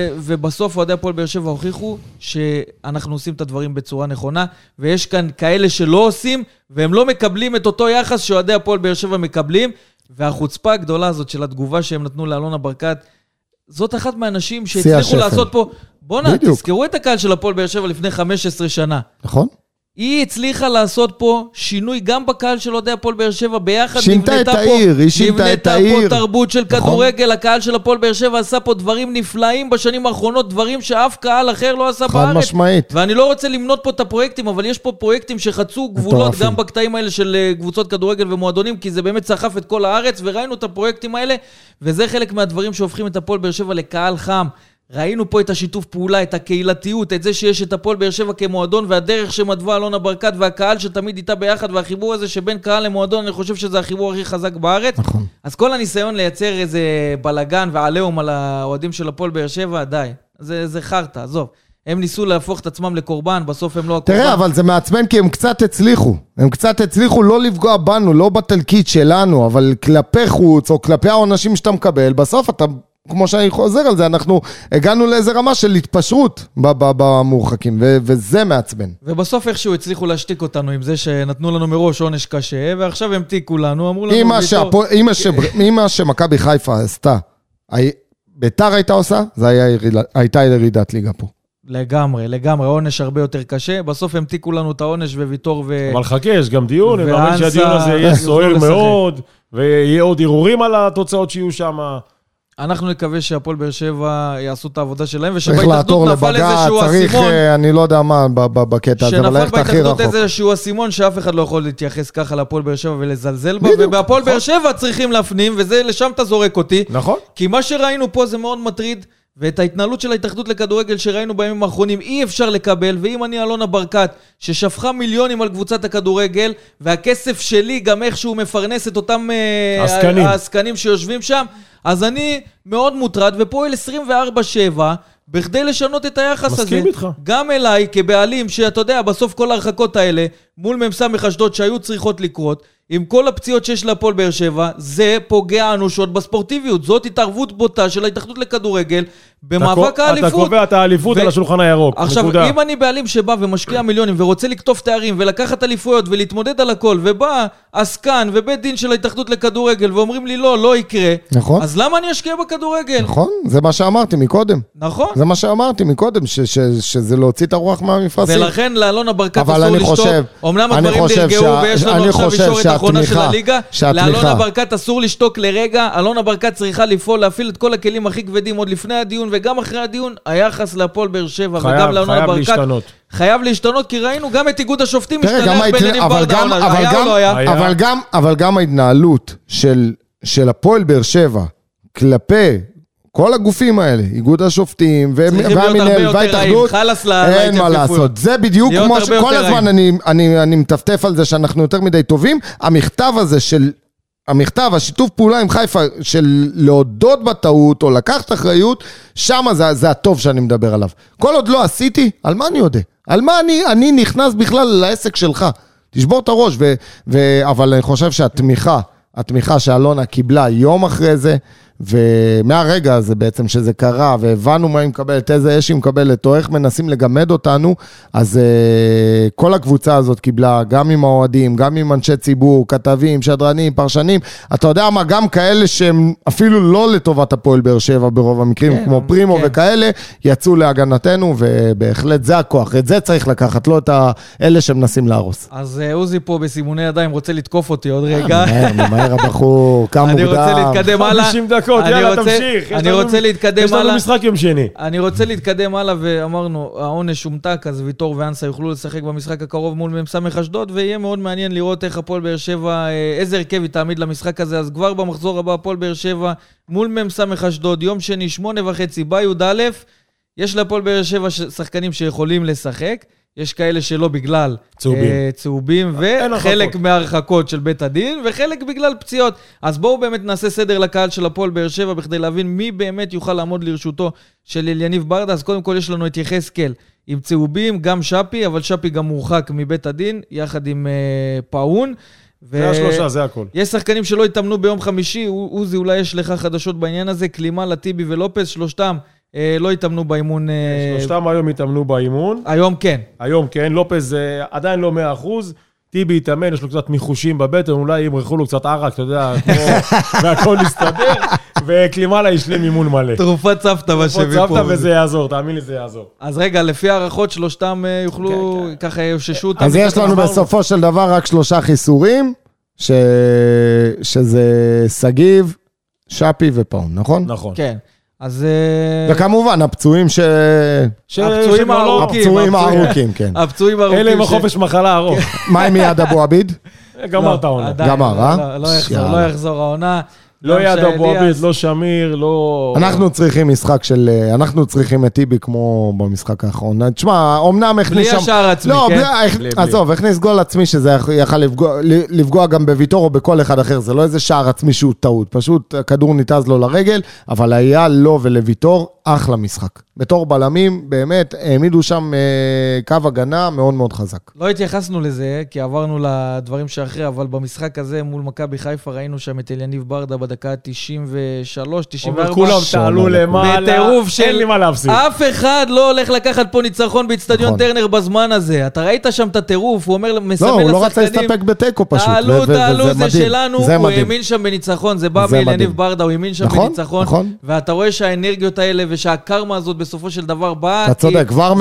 B: ובסוף אוהדי הפועל באר שבע הוכיחו שאנחנו עושים את הדברים בצורה נכונה, ויש כאן כאלה שלא עושים, והם לא מקבלים את אותו יחס שאוהדי הפועל באר שבע מקבלים, והחוצפה הגדולה הזאת של התגובה שהם נתנו לאלונה ברקת, זאת אחת מהאנשים שהצליחו לעשות פה, בוא נה, תזכרו את הקהל של הפועל באר שבע לפני חמש עשרה שנה.
C: נכון.
B: היא הצליחה לעשות פה שינוי גם בקהל של אוהדי הפועל באר שבע, ביחד
C: שינתה את העיר, היא שינתה את העיר.
B: נבנתה פה תרבות של כדורגל, הקהל של הפועל באר שבע עשה פה דברים נפלאים בשנים האחרונות, דברים שאף קהל אחר לא עשה בארץ.
C: חד משמעית.
B: ואני לא רוצה למנות פה את הפרויקטים, אבל יש פה פרויקטים שחצו גבולות גם בקטעים האלה של קבוצות כדורגל ומועדונים, כי זה באמת סחף את כל הארץ, וראינו את הפרויקטים האלה, וזה חלק מהדברים שהופכים את הפועל באר שבע לקהל חם. ראינו פה את השיתוף פעולה, את הקהילתיות, את זה שיש את הפועל באר שבע כמועדון, והדרך שמדווה אלונה ברקת והקהל שתמיד איתה ביחד, והחיבור הזה שבין קהל למועדון, אני חושב שזה החיבור הכי חזק בארץ.
C: נכון.
B: אז כל הניסיון לייצר איזה בלגן ועליהום על האוהדים של הפועל באר שבע, די. זה, זה חרטה, עזוב. הם ניסו להפוך את עצמם לקורבן, בסוף הם לא הקורבן.
C: תראה, אבל זה מעצבן כי הם קצת הצליחו. הם קצת הצליחו לא לפגוע בנו, לא בתלקיט שלנו, אבל כלפי חוץ או כלפי האנשים שאתה מקבל, בסוף אתה... כמו שאני חוזר על זה, אנחנו הגענו לאיזה רמה של התפשרות במורחקים, וזה מעצבן.
B: ובסוף איכשהו הצליחו להשתיק אותנו עם זה שנתנו לנו מראש עונש קשה, ועכשיו המתיקו לנו, אמרו לנו...
C: אם מה שמכבי חיפה עשתה, ביתר הייתה עושה, זה הייתה ירידת ליגה פה.
B: לגמרי, לגמרי, עונש הרבה יותר קשה, בסוף המתיקו לנו את העונש וויתור ו...
D: אבל חכה, יש גם דיון, אני מאמין שהדיון הזה יהיה סוער מאוד, ויהיה עוד ערעורים על התוצאות שיהיו שם.
B: אנחנו נקווה שהפועל באר שבע יעשו את העבודה שלהם,
C: צריך לעתור לבג"ץ, צריך, אני לא יודע מה, בקטע הזה, אבל איך תחיר רחוק.
B: שנפל בהתאחדות איזשהו אסימון, שאף אחד לא יכול להתייחס ככה להפועל באר שבע ולזלזל בה, ובהפועל באר שבע צריכים להפנים, וזה לשם אתה זורק אותי.
C: נכון.
B: כי מה שראינו פה זה מאוד מטריד, ואת ההתנהלות של ההתאחדות לכדורגל שראינו בימים האחרונים אי אפשר לקבל, ואם אני אלונה ברקת ששפכה מיליונים על קבוצת הכדורגל, והכסף שלי גם איכשהו מפרנס את אותם
D: העסקנים.
B: העסקנים שיושבים שם, אז אני מאוד מוטרד ופועל עשרים וארבע שבע בכדי לשנות את היחס הזה.
D: מסכים איתך.
B: גם אליי כבעלים שאתה יודע בסוף כל ההרחקות האלה מול ממסע מחשדות שהיו צריכות לקרות, עם כל הפציעות שיש להפועל באר שבע, זה פוגע אנושות בספורטיביות. זאת התערבות בוטה של ההתאחדות לכדורגל במאבק האליפות.
D: אתה קובע את האליפות ו... על השולחן הירוק.
B: עכשיו,
D: נקודה.
B: אם אני בעלים שבא ומשקיע מיליונים ורוצה לקטוף תארים ולקחת אליפויות ולהתמודד על הכל, ובא עסקן ובית דין של ההתאחדות לכדורגל ואומרים לי לא, לא יקרה,
C: נכון.
B: אז למה אני אשקיע בכדורגל?
C: נכון, זה מה שאמרתי מקודם.
B: נכון.
C: זה מה שאמרתי מקודם, ש- ש- שזה להוציא את הרוח מהמפרשים.
B: ולכן לאלונה ברקת אסור לשתוק. אמנם הדברים נרגעו ויש לנו עכשיו ישורת האחרונה של הליגה. לאלונה ברקת אסור לשתוק לרגע. אלונה ברקת צריכה לפעול, להפעיל את כל הכלים הכי כבדים עוד לפני הדיון וגם אחרי הדיון. היחס להפועל באר שבע וגם לאלונה ברקת חייב להשתנות, כי ראינו גם את איגוד השופטים משתלח בעניינים ברדה. היה או לא היה?
C: אבל גם ההתנהלות של הפועל באר שבע כלפי כל הגופים האלה, איגוד השופטים והמנהל וההתאחדות, אין מה לעשות. זה בדיוק כמו שכל הזמן אני מטפטף על זה שאנחנו יותר מדי טובים. המכתב הזה של, המכתב, השיתוף פעולה עם חיפה של להודות בטעות או לקחת אחריות, שם זה, זה הטוב שאני מדבר עליו. כל עוד לא עשיתי, על מה אני יודע? על מה אני, אני נכנס בכלל לעסק שלך? תשבור את הראש, ו, ו, אבל אני חושב שהתמיכה, התמיכה שאלונה קיבלה יום אחרי זה, ומהרגע הזה בעצם שזה קרה, והבנו מה היא מקבלת, איזה אש היא מקבלת, או איך מנסים לגמד אותנו, אז uh, כל הקבוצה הזאת קיבלה, גם עם האוהדים, גם עם אנשי ציבור, כתבים, שדרנים, פרשנים, אתה יודע מה, גם כאלה שהם אפילו לא לטובת הפועל באר שבע ברוב המקרים, כן, כמו פרימו כן. וכאלה, יצאו להגנתנו, ובהחלט זה הכוח, את זה צריך לקחת, לא את האלה שמנסים להרוס.
B: אז עוזי פה בסימוני ידיים רוצה לתקוף אותי עוד רגע.
C: ממהר, ממהר הבחור, כמה מוקדם.
B: אני רוצה להתקדם הלאה.
D: חמישים דקות, יאללה, תמשיך.
B: אני רוצה להתקדם הלאה.
D: יש לנו משחק יום שני.
B: אני רוצה להתקדם הלאה, ואמרנו, העונש הומתק, אז ויטור ואנסה יוכלו לשחק במשחק הקרוב מול ממסמך אשדוד, ויהיה מאוד מעניין לראות איך הפועל באר שבע, איזה הרכב היא תעמיד למשחק הזה, אז כבר במחזור הבא הפועל באר שבע מול ממסמך אשדוד, יום שני, שמונה וחצי, בי"א, יש להפועל באר שבע שחקנים שיכולים לשחק, יש כאלה שלא בגלל צהובים, uh, צהובים וחלק מהרחקות של בית הדין, וחלק בגלל פציעות. אז בואו באמת נעשה סדר לקהל של הפועל באר שבע, בכדי להבין מי באמת יוכל לעמוד לרשותו של אליניב ברדה. אז קודם כל יש לנו את יחזקאל עם צהובים, גם שפי, אבל שפי גם מורחק מבית הדין, יחד עם uh, פאון.
D: זה השלושה, זה הכל.
B: יש שחקנים שלא יתאמנו ביום חמישי, עוזי, אולי יש לך חדשות בעניין הזה, קלימה, לטיבי ולופס, שלושתם. לא התאמנו באימון.
D: שלושתם היום התאמנו באימון.
B: היום כן.
D: היום כן, לופז עדיין לא מאה אחוז, טיבי התאמן, יש לו קצת מיחושים בבטן, אולי ימרחו לו קצת ערק, אתה יודע, והכל יסתדר, וקלימלה ישלים אימון מלא.
B: תרופת סבתא בשבי פה.
D: תרופת סבתא וזה יעזור, תאמין לי זה יעזור.
B: אז רגע, לפי הערכות שלושתם יוכלו, ככה יוששו אותם.
C: אז יש לנו בסופו של דבר רק שלושה חיסורים, שזה סגיב, שפי ופאון, נכון?
D: נכון.
B: כן. אז...
C: וכמובן, הפצועים ש...
B: הפצועים הארוכים.
C: הפצועים הארוכים, כן.
B: הפצועים הארוכים.
D: אלה עם החופש מחלה ארוך.
C: מה עם יעד אבו עביד?
D: גמר את העונה.
C: גמר, אה?
B: לא יחזור העונה.
D: לא יעד אבו עביד, לא שמיר, לא...
C: אנחנו צריכים משחק של... אנחנו צריכים את טיבי כמו במשחק האחרון. תשמע, אומנם הכניס שם...
B: בלי השער עצמי, כן?
C: לא, עזוב, הכניס גול עצמי שזה יכל לפגוע גם בוויטור או בכל אחד אחר. זה לא איזה שער עצמי שהוא טעות. פשוט הכדור ניתז לו לרגל, אבל היה לו ולוויטור אחלה משחק. בתור בלמים, באמת, העמידו שם קו הגנה מאוד מאוד חזק.
B: לא התייחסנו לזה, כי עברנו לדברים שאחרי, אבל במשחק הזה מול מכבי חיפה ראינו שם את אליניב ברדה בדקה תשעים ושלוש תשעים וארבע.
D: כולם תעלו למעלה, אין לי מה להפסיד.
B: אף אחד לא הולך לקחת פה ניצחון באצטדיון טרנר בזמן הזה. אתה ראית שם את הטירוף, הוא אומר, מסמן לשחקנים.
C: לא, הוא לא רצה להסתפק בטקו פשוט.
B: תעלו, תעלו, זה שלנו, הוא האמין שם בניצחון, זה בא מאליניב ברדה, הוא האמין שם בניצחון, ואתה רואה שהאנרגיות האלה ושהקרמה הזאת בסופו של דבר באה.
C: אתה צודק, כבר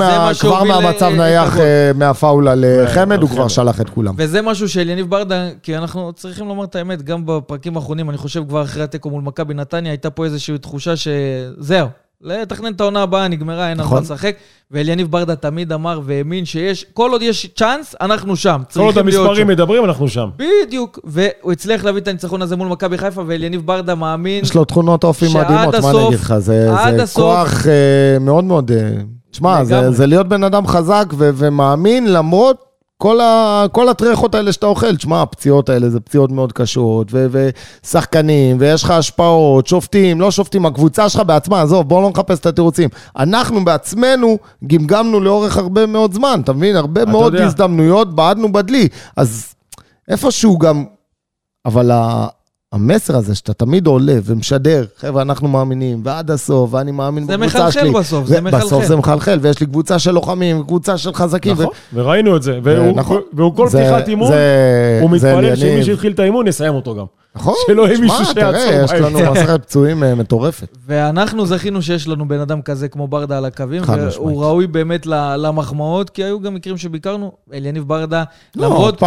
C: מהמצב נייח מהפאולה לחמד, הוא כבר שלח את כולם.
B: וזה משהו שאליניב ברדה, כי אנחנו צריכים לומר את האמת, גם בפרקים האחרונים, אני חושב כבר אחרי הטקו מול מכבי נתניה, הייתה פה איזושהי תחושה שזהו, לתכנן את העונה הבאה, נגמרה, אין הרבה לשחק, ואליניב ברדה תמיד אמר והאמין שיש, כל עוד יש צ'אנס, אנחנו שם.
D: כל עוד המספרים מדברים, אנחנו שם.
B: בדיוק, והוא הצליח להביא את הניצחון הזה מול מכבי חיפה, ואליניב ברדה מאמין
C: יש לו תכונות אופי מדהימות, מה אני אגיד לך, זה כוח מאוד מאוד, תשמע, זה להיות בן אדם חזק ומאמין, למרות כל, ה, כל הטרחות האלה שאתה אוכל, תשמע, הפציעות האלה זה פציעות מאוד קשות, ו, ושחקנים, ויש לך השפעות, שופטים, לא שופטים, הקבוצה שלך בעצמה, עזוב, בואו לא נחפש את התירוצים. אנחנו בעצמנו גמגמנו לאורך הרבה מאוד זמן, אתה מבין? הרבה מאוד יודע. הזדמנויות, בעדנו בדלי. אז איפשהו גם, אבל ה... המסר הזה שאתה תמיד עולה ומשדר, חבר'ה, אנחנו מאמינים, ועד הסוף, ואני מאמין בקבוצה שלי.
B: זה מחלחל בסוף, זה מחלחל.
C: בסוף זה מחלחל, ויש לי קבוצה של לוחמים, קבוצה של חזקים.
D: נכון, וראינו את זה, והוא כל פתיחת אימון, הוא מתפלל שמי שהתחיל את האימון, יסיים אותו גם.
C: נכון,
D: שלא יהיה מישהו שיעצור.
C: יש לנו מסכת פצועים מטורפת.
B: ואנחנו זכינו שיש לנו בן אדם כזה כמו ברדה על הקווים, והוא ראוי באמת למחמאות, כי היו גם מקרים שביקרנו, אליניב ברדה, למרות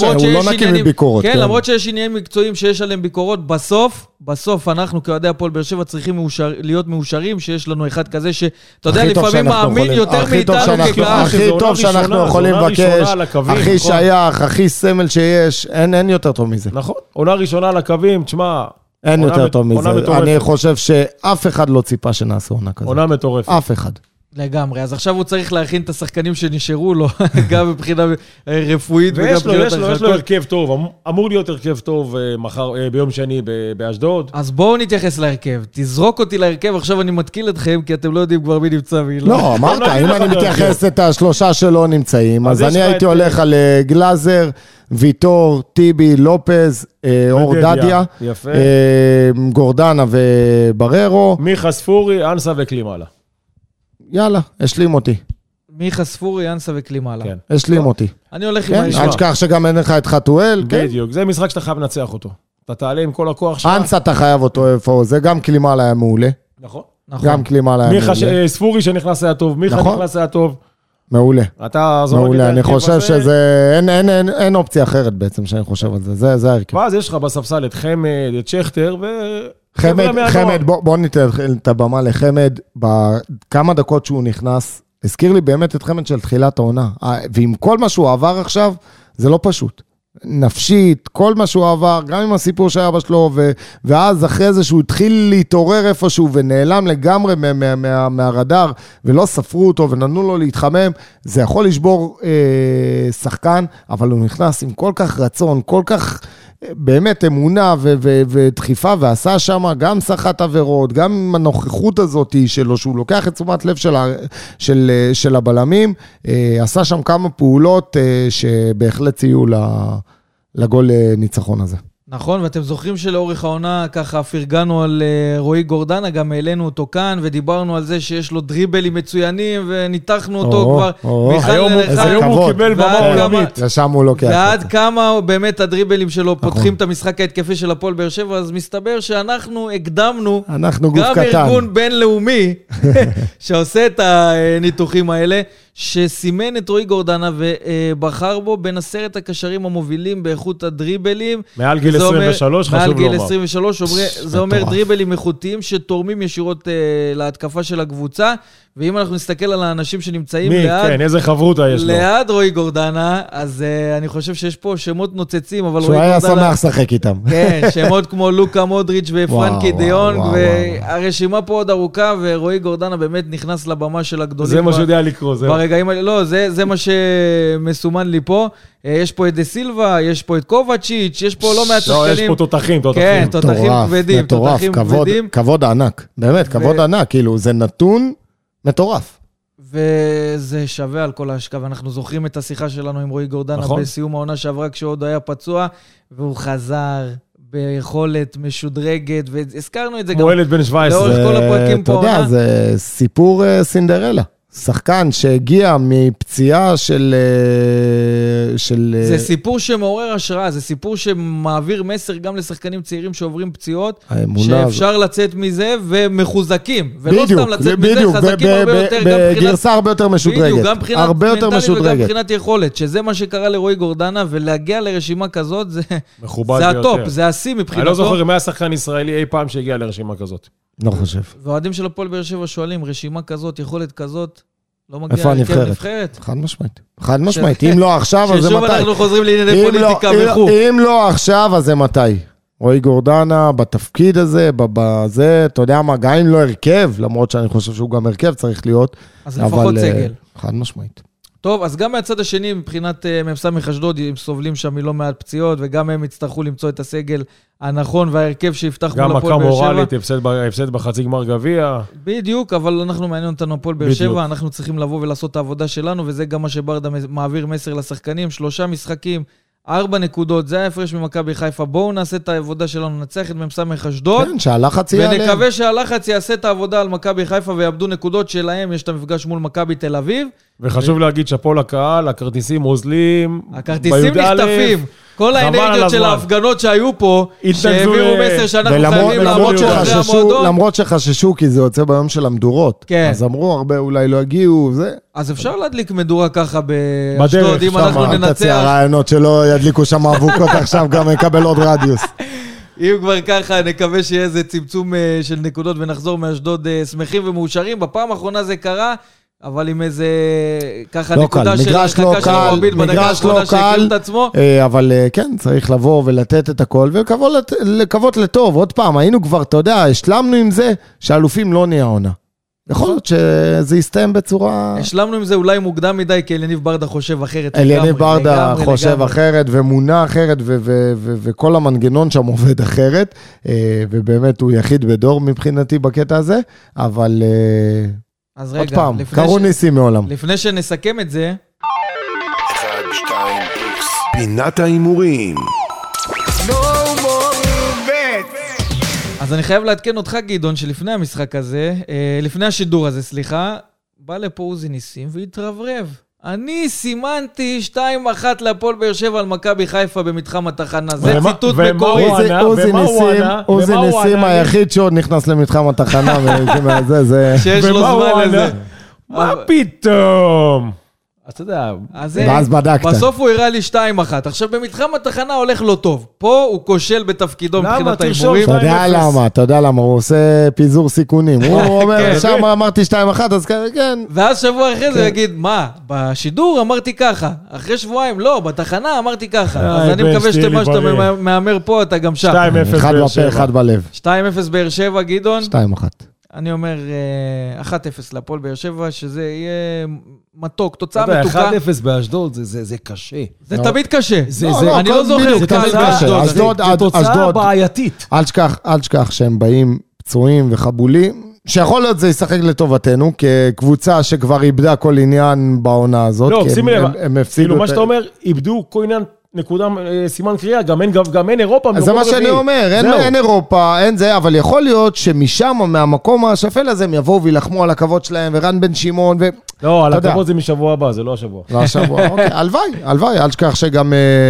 B: שיש עניינים מקצועיים שיש עליהם ביקורות, בסוף, בסוף אנחנו כאוהדי הפועל באר שבע צריכים להיות מאושרים, שיש לנו אחד כזה שאתה יודע, לפעמים מאמין יותר מאיתנו כקהל.
C: הכי טוב שאנחנו יכולים לבקש, הכי שייך, הכי סמל שיש, אין יותר טוב מזה.
D: נכון, עונה ראשונה לקווים, תשמע,
C: אין יותר טוב מזה. אני חושב שאף אחד לא ציפה שנעשה עונה כזאת.
D: עונה מטורפת.
C: אף אחד.
B: לגמרי, אז עכשיו הוא צריך להכין את השחקנים שנשארו לו, גם מבחינה רפואית וגם מבחינת
D: הרחקות. יש לו הרכב טוב, אמור להיות הרכב טוב מחר, ביום שני באשדוד.
B: אז בואו נתייחס להרכב, תזרוק אותי להרכב, עכשיו אני מתקיל אתכם, כי אתם לא יודעים כבר מי נמצא מי לא.
C: לא, אמרת, אם אני מתייחס את השלושה שלא נמצאים, אז אני הייתי הולך על גלאזר, ויטור, טיבי, לופז, אור דדיה, גורדנה ובררו.
D: מיכה ספורי, אנסה וקלימאלה.
C: יאללה, השלים אותי.
B: מיכה ספורי, אנסה וקלימאלה.
C: כן. השלים אותי.
B: אני הולך עם האיש.
C: עד שכח שגם אין לך את חתואל.
D: בדיוק, זה משחק שאתה חייב לנצח אותו. אתה תעלה עם כל הכוח שלך.
C: אנסה אתה חייב אותו איפה, זה גם קלימאלה היה מעולה.
D: נכון.
C: גם קלימאלה היה מעולה.
D: ספורי שנכנס היה טוב, מיכה נכנס היה טוב.
C: מעולה.
D: אתה
C: מעולה, אני חושב שזה, אין, אין, אין, אין אופציה אחרת בעצם שאני חושב על זה, זה, זה הרכב.
D: ואז יש לך בספסל את חמד, את שכטר ו...
C: חמד, חמד, בוא, בוא ניתן את הבמה לחמד, בכמה דקות שהוא נכנס, הזכיר לי באמת את חמד של תחילת העונה, ועם כל מה שהוא עבר עכשיו, זה לא פשוט. נפשית, כל מה שהוא עבר, גם עם הסיפור שהיה בשלו, ו- ואז אחרי זה שהוא התחיל להתעורר איפשהו, ונעלם לגמרי מה- מה- מה- מהרדאר, ולא ספרו אותו, ונתנו לו להתחמם, זה יכול לשבור אה, שחקן, אבל הוא נכנס עם כל כך רצון, כל כך אה, באמת אמונה ו- ו- ודחיפה, ועשה שם גם שחת עבירות, גם עם הנוכחות הזאת שלו, שהוא לוקח את תשומת לב של, ה- של, של הבלמים, אה, עשה שם כמה פעולות אה, שבהחלט ציעו ל... לגול ניצחון הזה.
B: נכון, ואתם זוכרים שלאורך העונה ככה פרגנו על רועי גורדנה, גם העלינו אותו כאן, ודיברנו על זה שיש לו דריבלים מצוינים, וניתחנו אותו כבר.
D: היום הוא קיבל במה עולמית.
C: לשם הוא לוקח.
B: ועד כמה באמת הדריבלים שלו פותחים את המשחק ההתקפי של הפועל באר שבע, אז מסתבר שאנחנו הקדמנו, גם ארגון בינלאומי, שעושה את הניתוחים האלה, שסימן את רועי גורדנה ובחר בו בין עשרת הקשרים המובילים באיכות הדריבלים.
D: מעל גיל עשרים ושלוש, חשוב לומר.
B: מעל גיל עשרים ושלוש, זה אומר דריבלים איכותיים שתורמים ישירות להתקפה של הקבוצה, ואם אנחנו נסתכל על האנשים שנמצאים
D: מי,
B: ליד...
D: כן, איזה חברותה יש לו.
B: ליד רועי גורדנה, אז uh, אני חושב שיש פה שמות נוצצים, אבל רועי
C: גורדנה...
B: שהוא
C: היה שמח שחק איתם.
B: כן, שמות כמו לוקה מודריץ' ופרנקי דיונג, והרשימה פה עוד ארוכה, ורועי גורדנה באמת נכנס לבמה של הגדולים.
D: זה מה שיודע לקרוא, זה.
B: ברגעים, לא, זה, זה מה שמסומן לי פה. יש פה את דה סילבה, יש פה את קובצ'יץ', יש פה לא מעט שחקנים.
D: לא, יש פה תותחים, תותחים.
B: כן, תותחים כבדים,
C: מטורף,
B: תותחים
C: כבוד,
B: כבדים.
C: כבוד ענק, באמת, כבוד ענק, כאילו, זה נתון מטורף.
B: וזה שווה על כל ההשקעה, ואנחנו זוכרים את השיחה שלנו עם רועי גורדנה נכון. בסיום העונה שעברה כשעוד היה פצוע, והוא חזר ביכולת משודרגת, והזכרנו את זה גם.
D: כמו ילד בן שבע עשרה.
B: לאורך כל הפרקים פה.
C: אתה יודע, זה סיפור סינדרלה. שחקן שהגיע מפציעה של... של...
B: זה סיפור שמעורר השראה, זה סיפור שמעביר מסר גם לשחקנים צעירים שעוברים פציעות, שאפשר לצאת מזה ומחוזקים, ולא
C: בדיוק,
B: סתם לצאת
C: בדיוק,
B: מזה, חזקים הרבה יותר,
C: בגרסה הרבה יותר משודרגת.
B: בדיוק, גם מבחינת מנטלית וגם מבחינת יכולת, שזה מה שקרה לרועי גורדנה, ולהגיע לרשימה כזאת, זה הטופ, זה השיא מבחינתו.
D: אני לא זוכר אם היה שחקן ישראלי אי פעם שהגיע לרשימה כזאת.
C: לא חושב.
B: והאוהדים של הפועל באר שבע שואלים, רשימה כזאת, יכולת כזאת, לא מגיע
C: איפה הנבחרת? חד משמעית. חד משמעית. אם לא עכשיו, אז זה מתי?
B: ששוב אנחנו חוזרים לענייני פוליטיקה וכו'.
C: אם לא עכשיו, אז זה מתי? רועי גורדנה, בתפקיד הזה, בזה, אתה יודע מה, גם אם לא הרכב, למרות שאני חושב שהוא גם הרכב צריך להיות.
B: אז לפחות סגל.
C: חד משמעית.
B: טוב, אז גם מהצד השני, מבחינת מ"ס אשדוד, הם סובלים שם מלא מעט פציעות, וגם הם יצטרכו למצוא את הסגל הנכון וההרכב שיפתח מול הפועל באר שבע.
D: גם מכה מורלית, הפסד בחצי גמר גביע.
B: בדיוק, אבל אנחנו מעניין אותנו הפועל באר שבע, אנחנו צריכים לבוא ולעשות את העבודה שלנו, וזה גם מה שברדה מעביר מסר לשחקנים, שלושה משחקים, ארבע נקודות, זה ההפרש ממכבי חיפה, בואו נעשה את העבודה שלנו, נצח את מ"ס אשדוד,
C: כן, שהלחץ יהיה עליהם.
B: ונקווה שהלחץ יעשה את העבודה על מכבי חיפה, ויאבדו נקודות שלהם, יש את המפגש מול מכבי תל אביב.
D: וחשוב להגיד שפה לקהל, הכרטיסים מוזלים.
B: הכרטיסים נחטפים. כל האנרגיות של ההפגנות שהיו פה, שהעבירו מסר שאנחנו חייבים לעמוד פה אחרי המועדון.
C: למרות שחששו, כי זה יוצא ביום של המדורות. אז אמרו, הרבה אולי לא הגיעו, זה.
B: אז אפשר להדליק מדורה ככה באשדוד, אם אנחנו ננצח.
C: תציע רעיונות שלא ידליקו שם אבוקות עכשיו, גם יקבל עוד רדיוס.
B: אם כבר ככה, נקווה שיהיה איזה צמצום של נקודות ונחזור מאשדוד שמחים ומאושרים. בפעם האחרונה זה קרה, אבל עם איזה ככה נקודה של הרחקה של המוביל בדקה האחרונה שהכיר את עצמו.
C: אבל כן, צריך לבוא ולתת את הכל, ולקוות לטוב. עוד פעם, היינו כבר, אתה יודע, השלמנו עם זה, שאלופים לא נהיה עונה. יכול להיות שזה יסתיים בצורה...
B: השלמנו עם זה אולי מוקדם מדי, כי אליניב ברדה חושב אחרת.
C: אליניב ברדה חושב אחרת, ומונה אחרת, וכל המנגנון שם עובד אחרת, ובאמת הוא יחיד בדור מבחינתי בקטע הזה, אבל עוד פעם, קראו ניסים מעולם.
B: לפני שנסכם את זה...
A: אחד, שתיים, איקס. פינת האימורים.
B: אז אני חייב להתקן אותך, גדעון, שלפני המשחק הזה, לפני השידור הזה, סליחה, בא לפה עוזי ניסים והתרברב. אני סימנתי שתיים אחת להפועל באר שבע על מכבי חיפה במתחם התחנה. זה ציטוט מקורי.
C: עוזי ניסים היחיד שעוד נכנס למתחם התחנה.
B: שיש לו זמן לזה.
D: מה פתאום? אתה יודע,
C: ואז בדקת.
B: בסוף הוא הראה לי שתיים אחת. עכשיו, במתחם התחנה הולך לא טוב. פה הוא כושל בתפקידו מבחינת האימורים.
C: אתה יודע למה, אתה יודע למה, הוא עושה פיזור סיכונים. הוא אומר, שם אמרתי שתיים אחת, אז כן.
B: ואז שבוע אחרי זה הוא יגיד, מה, בשידור אמרתי ככה. אחרי שבועיים, לא, בתחנה אמרתי ככה. אז אני מקווה שמה שאתה מאמר פה, אתה גם שם.
D: שתיים אפס
C: אחד בפה, אחד בלב.
B: שתיים אפס באר שבע, גדעון.
C: שתיים אחת.
B: אני אומר אחת אפס להפועל באר שבע, שזה יהיה מתוק, תוצאה מתוקה.
D: אחד אפס באשדוד, זה קשה.
B: זה תמיד קשה.
C: אני
B: לא זוכר.
C: זה תמיד קשה.
D: זה תוצאה בעייתית.
C: אל תשכח שהם באים פצועים וחבולים, שיכול להיות זה ישחק לטובתנו, כקבוצה שכבר איבדה כל עניין בעונה הזאת.
D: לא, שימי לב, כאילו מה שאתה אומר, איבדו כל עניין נקודה, סימן קריאה, גם אין, גם אין אירופה.
C: זה מה שאני אומר, אין, אין אירופה, אין זה, אבל יכול להיות שמשם, מהמקום השפל הזה, הם יבואו וילחמו על הכבוד שלהם, ורן בן שמעון, ו...
D: לא, על הכבוד זה משבוע הבא, זה לא השבוע.
C: לא השבוע, אוקיי, הלוואי, הלוואי, אל תשכח שגם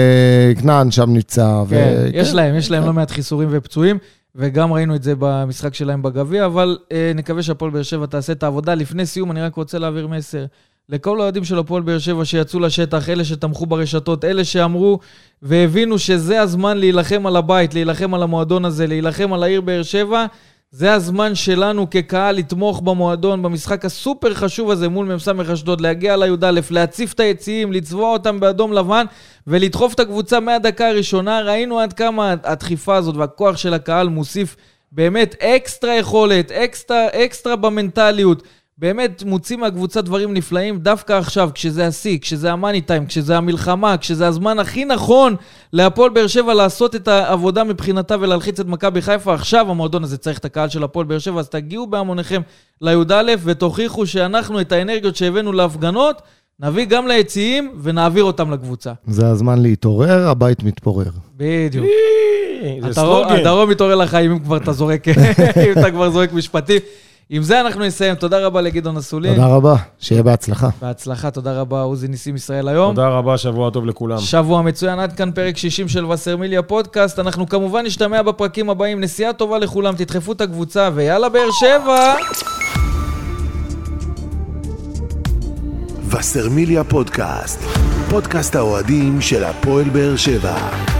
C: כנען שם נמצא.
B: כן, יש להם, יש להם לא מעט חיסורים ופצועים, וגם ראינו את זה במשחק שלהם בגביע, אבל נקווה שהפועל באר שבע תעשה את העבודה. לפני סיום, אני רק רוצה להעביר מסר. לכל האוהדים של הפועל באר שבע שיצאו לשטח, אלה שתמכו ברשתות, אלה שאמרו והבינו שזה הזמן להילחם על הבית, להילחם על המועדון הזה, להילחם על העיר באר שבע, זה הזמן שלנו כקהל לתמוך במועדון, במשחק הסופר חשוב הזה מול ממסמך אשדוד, להגיע לי"א, להציף את היציעים, לצבוע אותם באדום לבן, ולדחוף את הקבוצה מהדקה הראשונה. ראינו עד כמה הדחיפה הזאת והכוח של הקהל מוסיף באמת אקסטרה יכולת, אקסטרה, אקסטרה במנטליות, באמת מוצאים מהקבוצה דברים נפלאים, דווקא עכשיו, כשזה השיא, כשזה המאני טיים, כשזה המלחמה, כשזה הזמן הכי נכון להפועל באר שבע לעשות את העבודה מבחינתה ולהלחיץ את מכבי חיפה. עכשיו המועדון הזה צריך את הקהל של הפועל באר שבע, אז תגיעו בהמוניכם לי"א ותוכיחו שאנחנו את האנרגיות שהבאנו להפגנות, נביא גם ליציעים ונעביר אותם לקבוצה.
C: זה הזמן להתעורר, הבית מתפורר.
B: בדיוק. הדרום מתעורר לחיים אם כבר אתה זורק, אם אתה כבר זורק משפטים. עם זה אנחנו נסיים. תודה רבה לגדעון אסולין.
C: תודה רבה, שיהיה בהצלחה.
B: בהצלחה, תודה רבה, עוזי ניסים ישראל היום.
D: תודה רבה, שבוע טוב לכולם.
B: שבוע מצוין, עד כאן פרק שישים של וסרמיליה פודקאסט. אנחנו כמובן נשתמע בפרקים הבאים. נסיעה טובה לכולם, תדחפו את הקבוצה, ויאללה באר שבע!
A: וסרמיליה פודקאסט, פודקאסט האוהדים של הפועל באר שבע.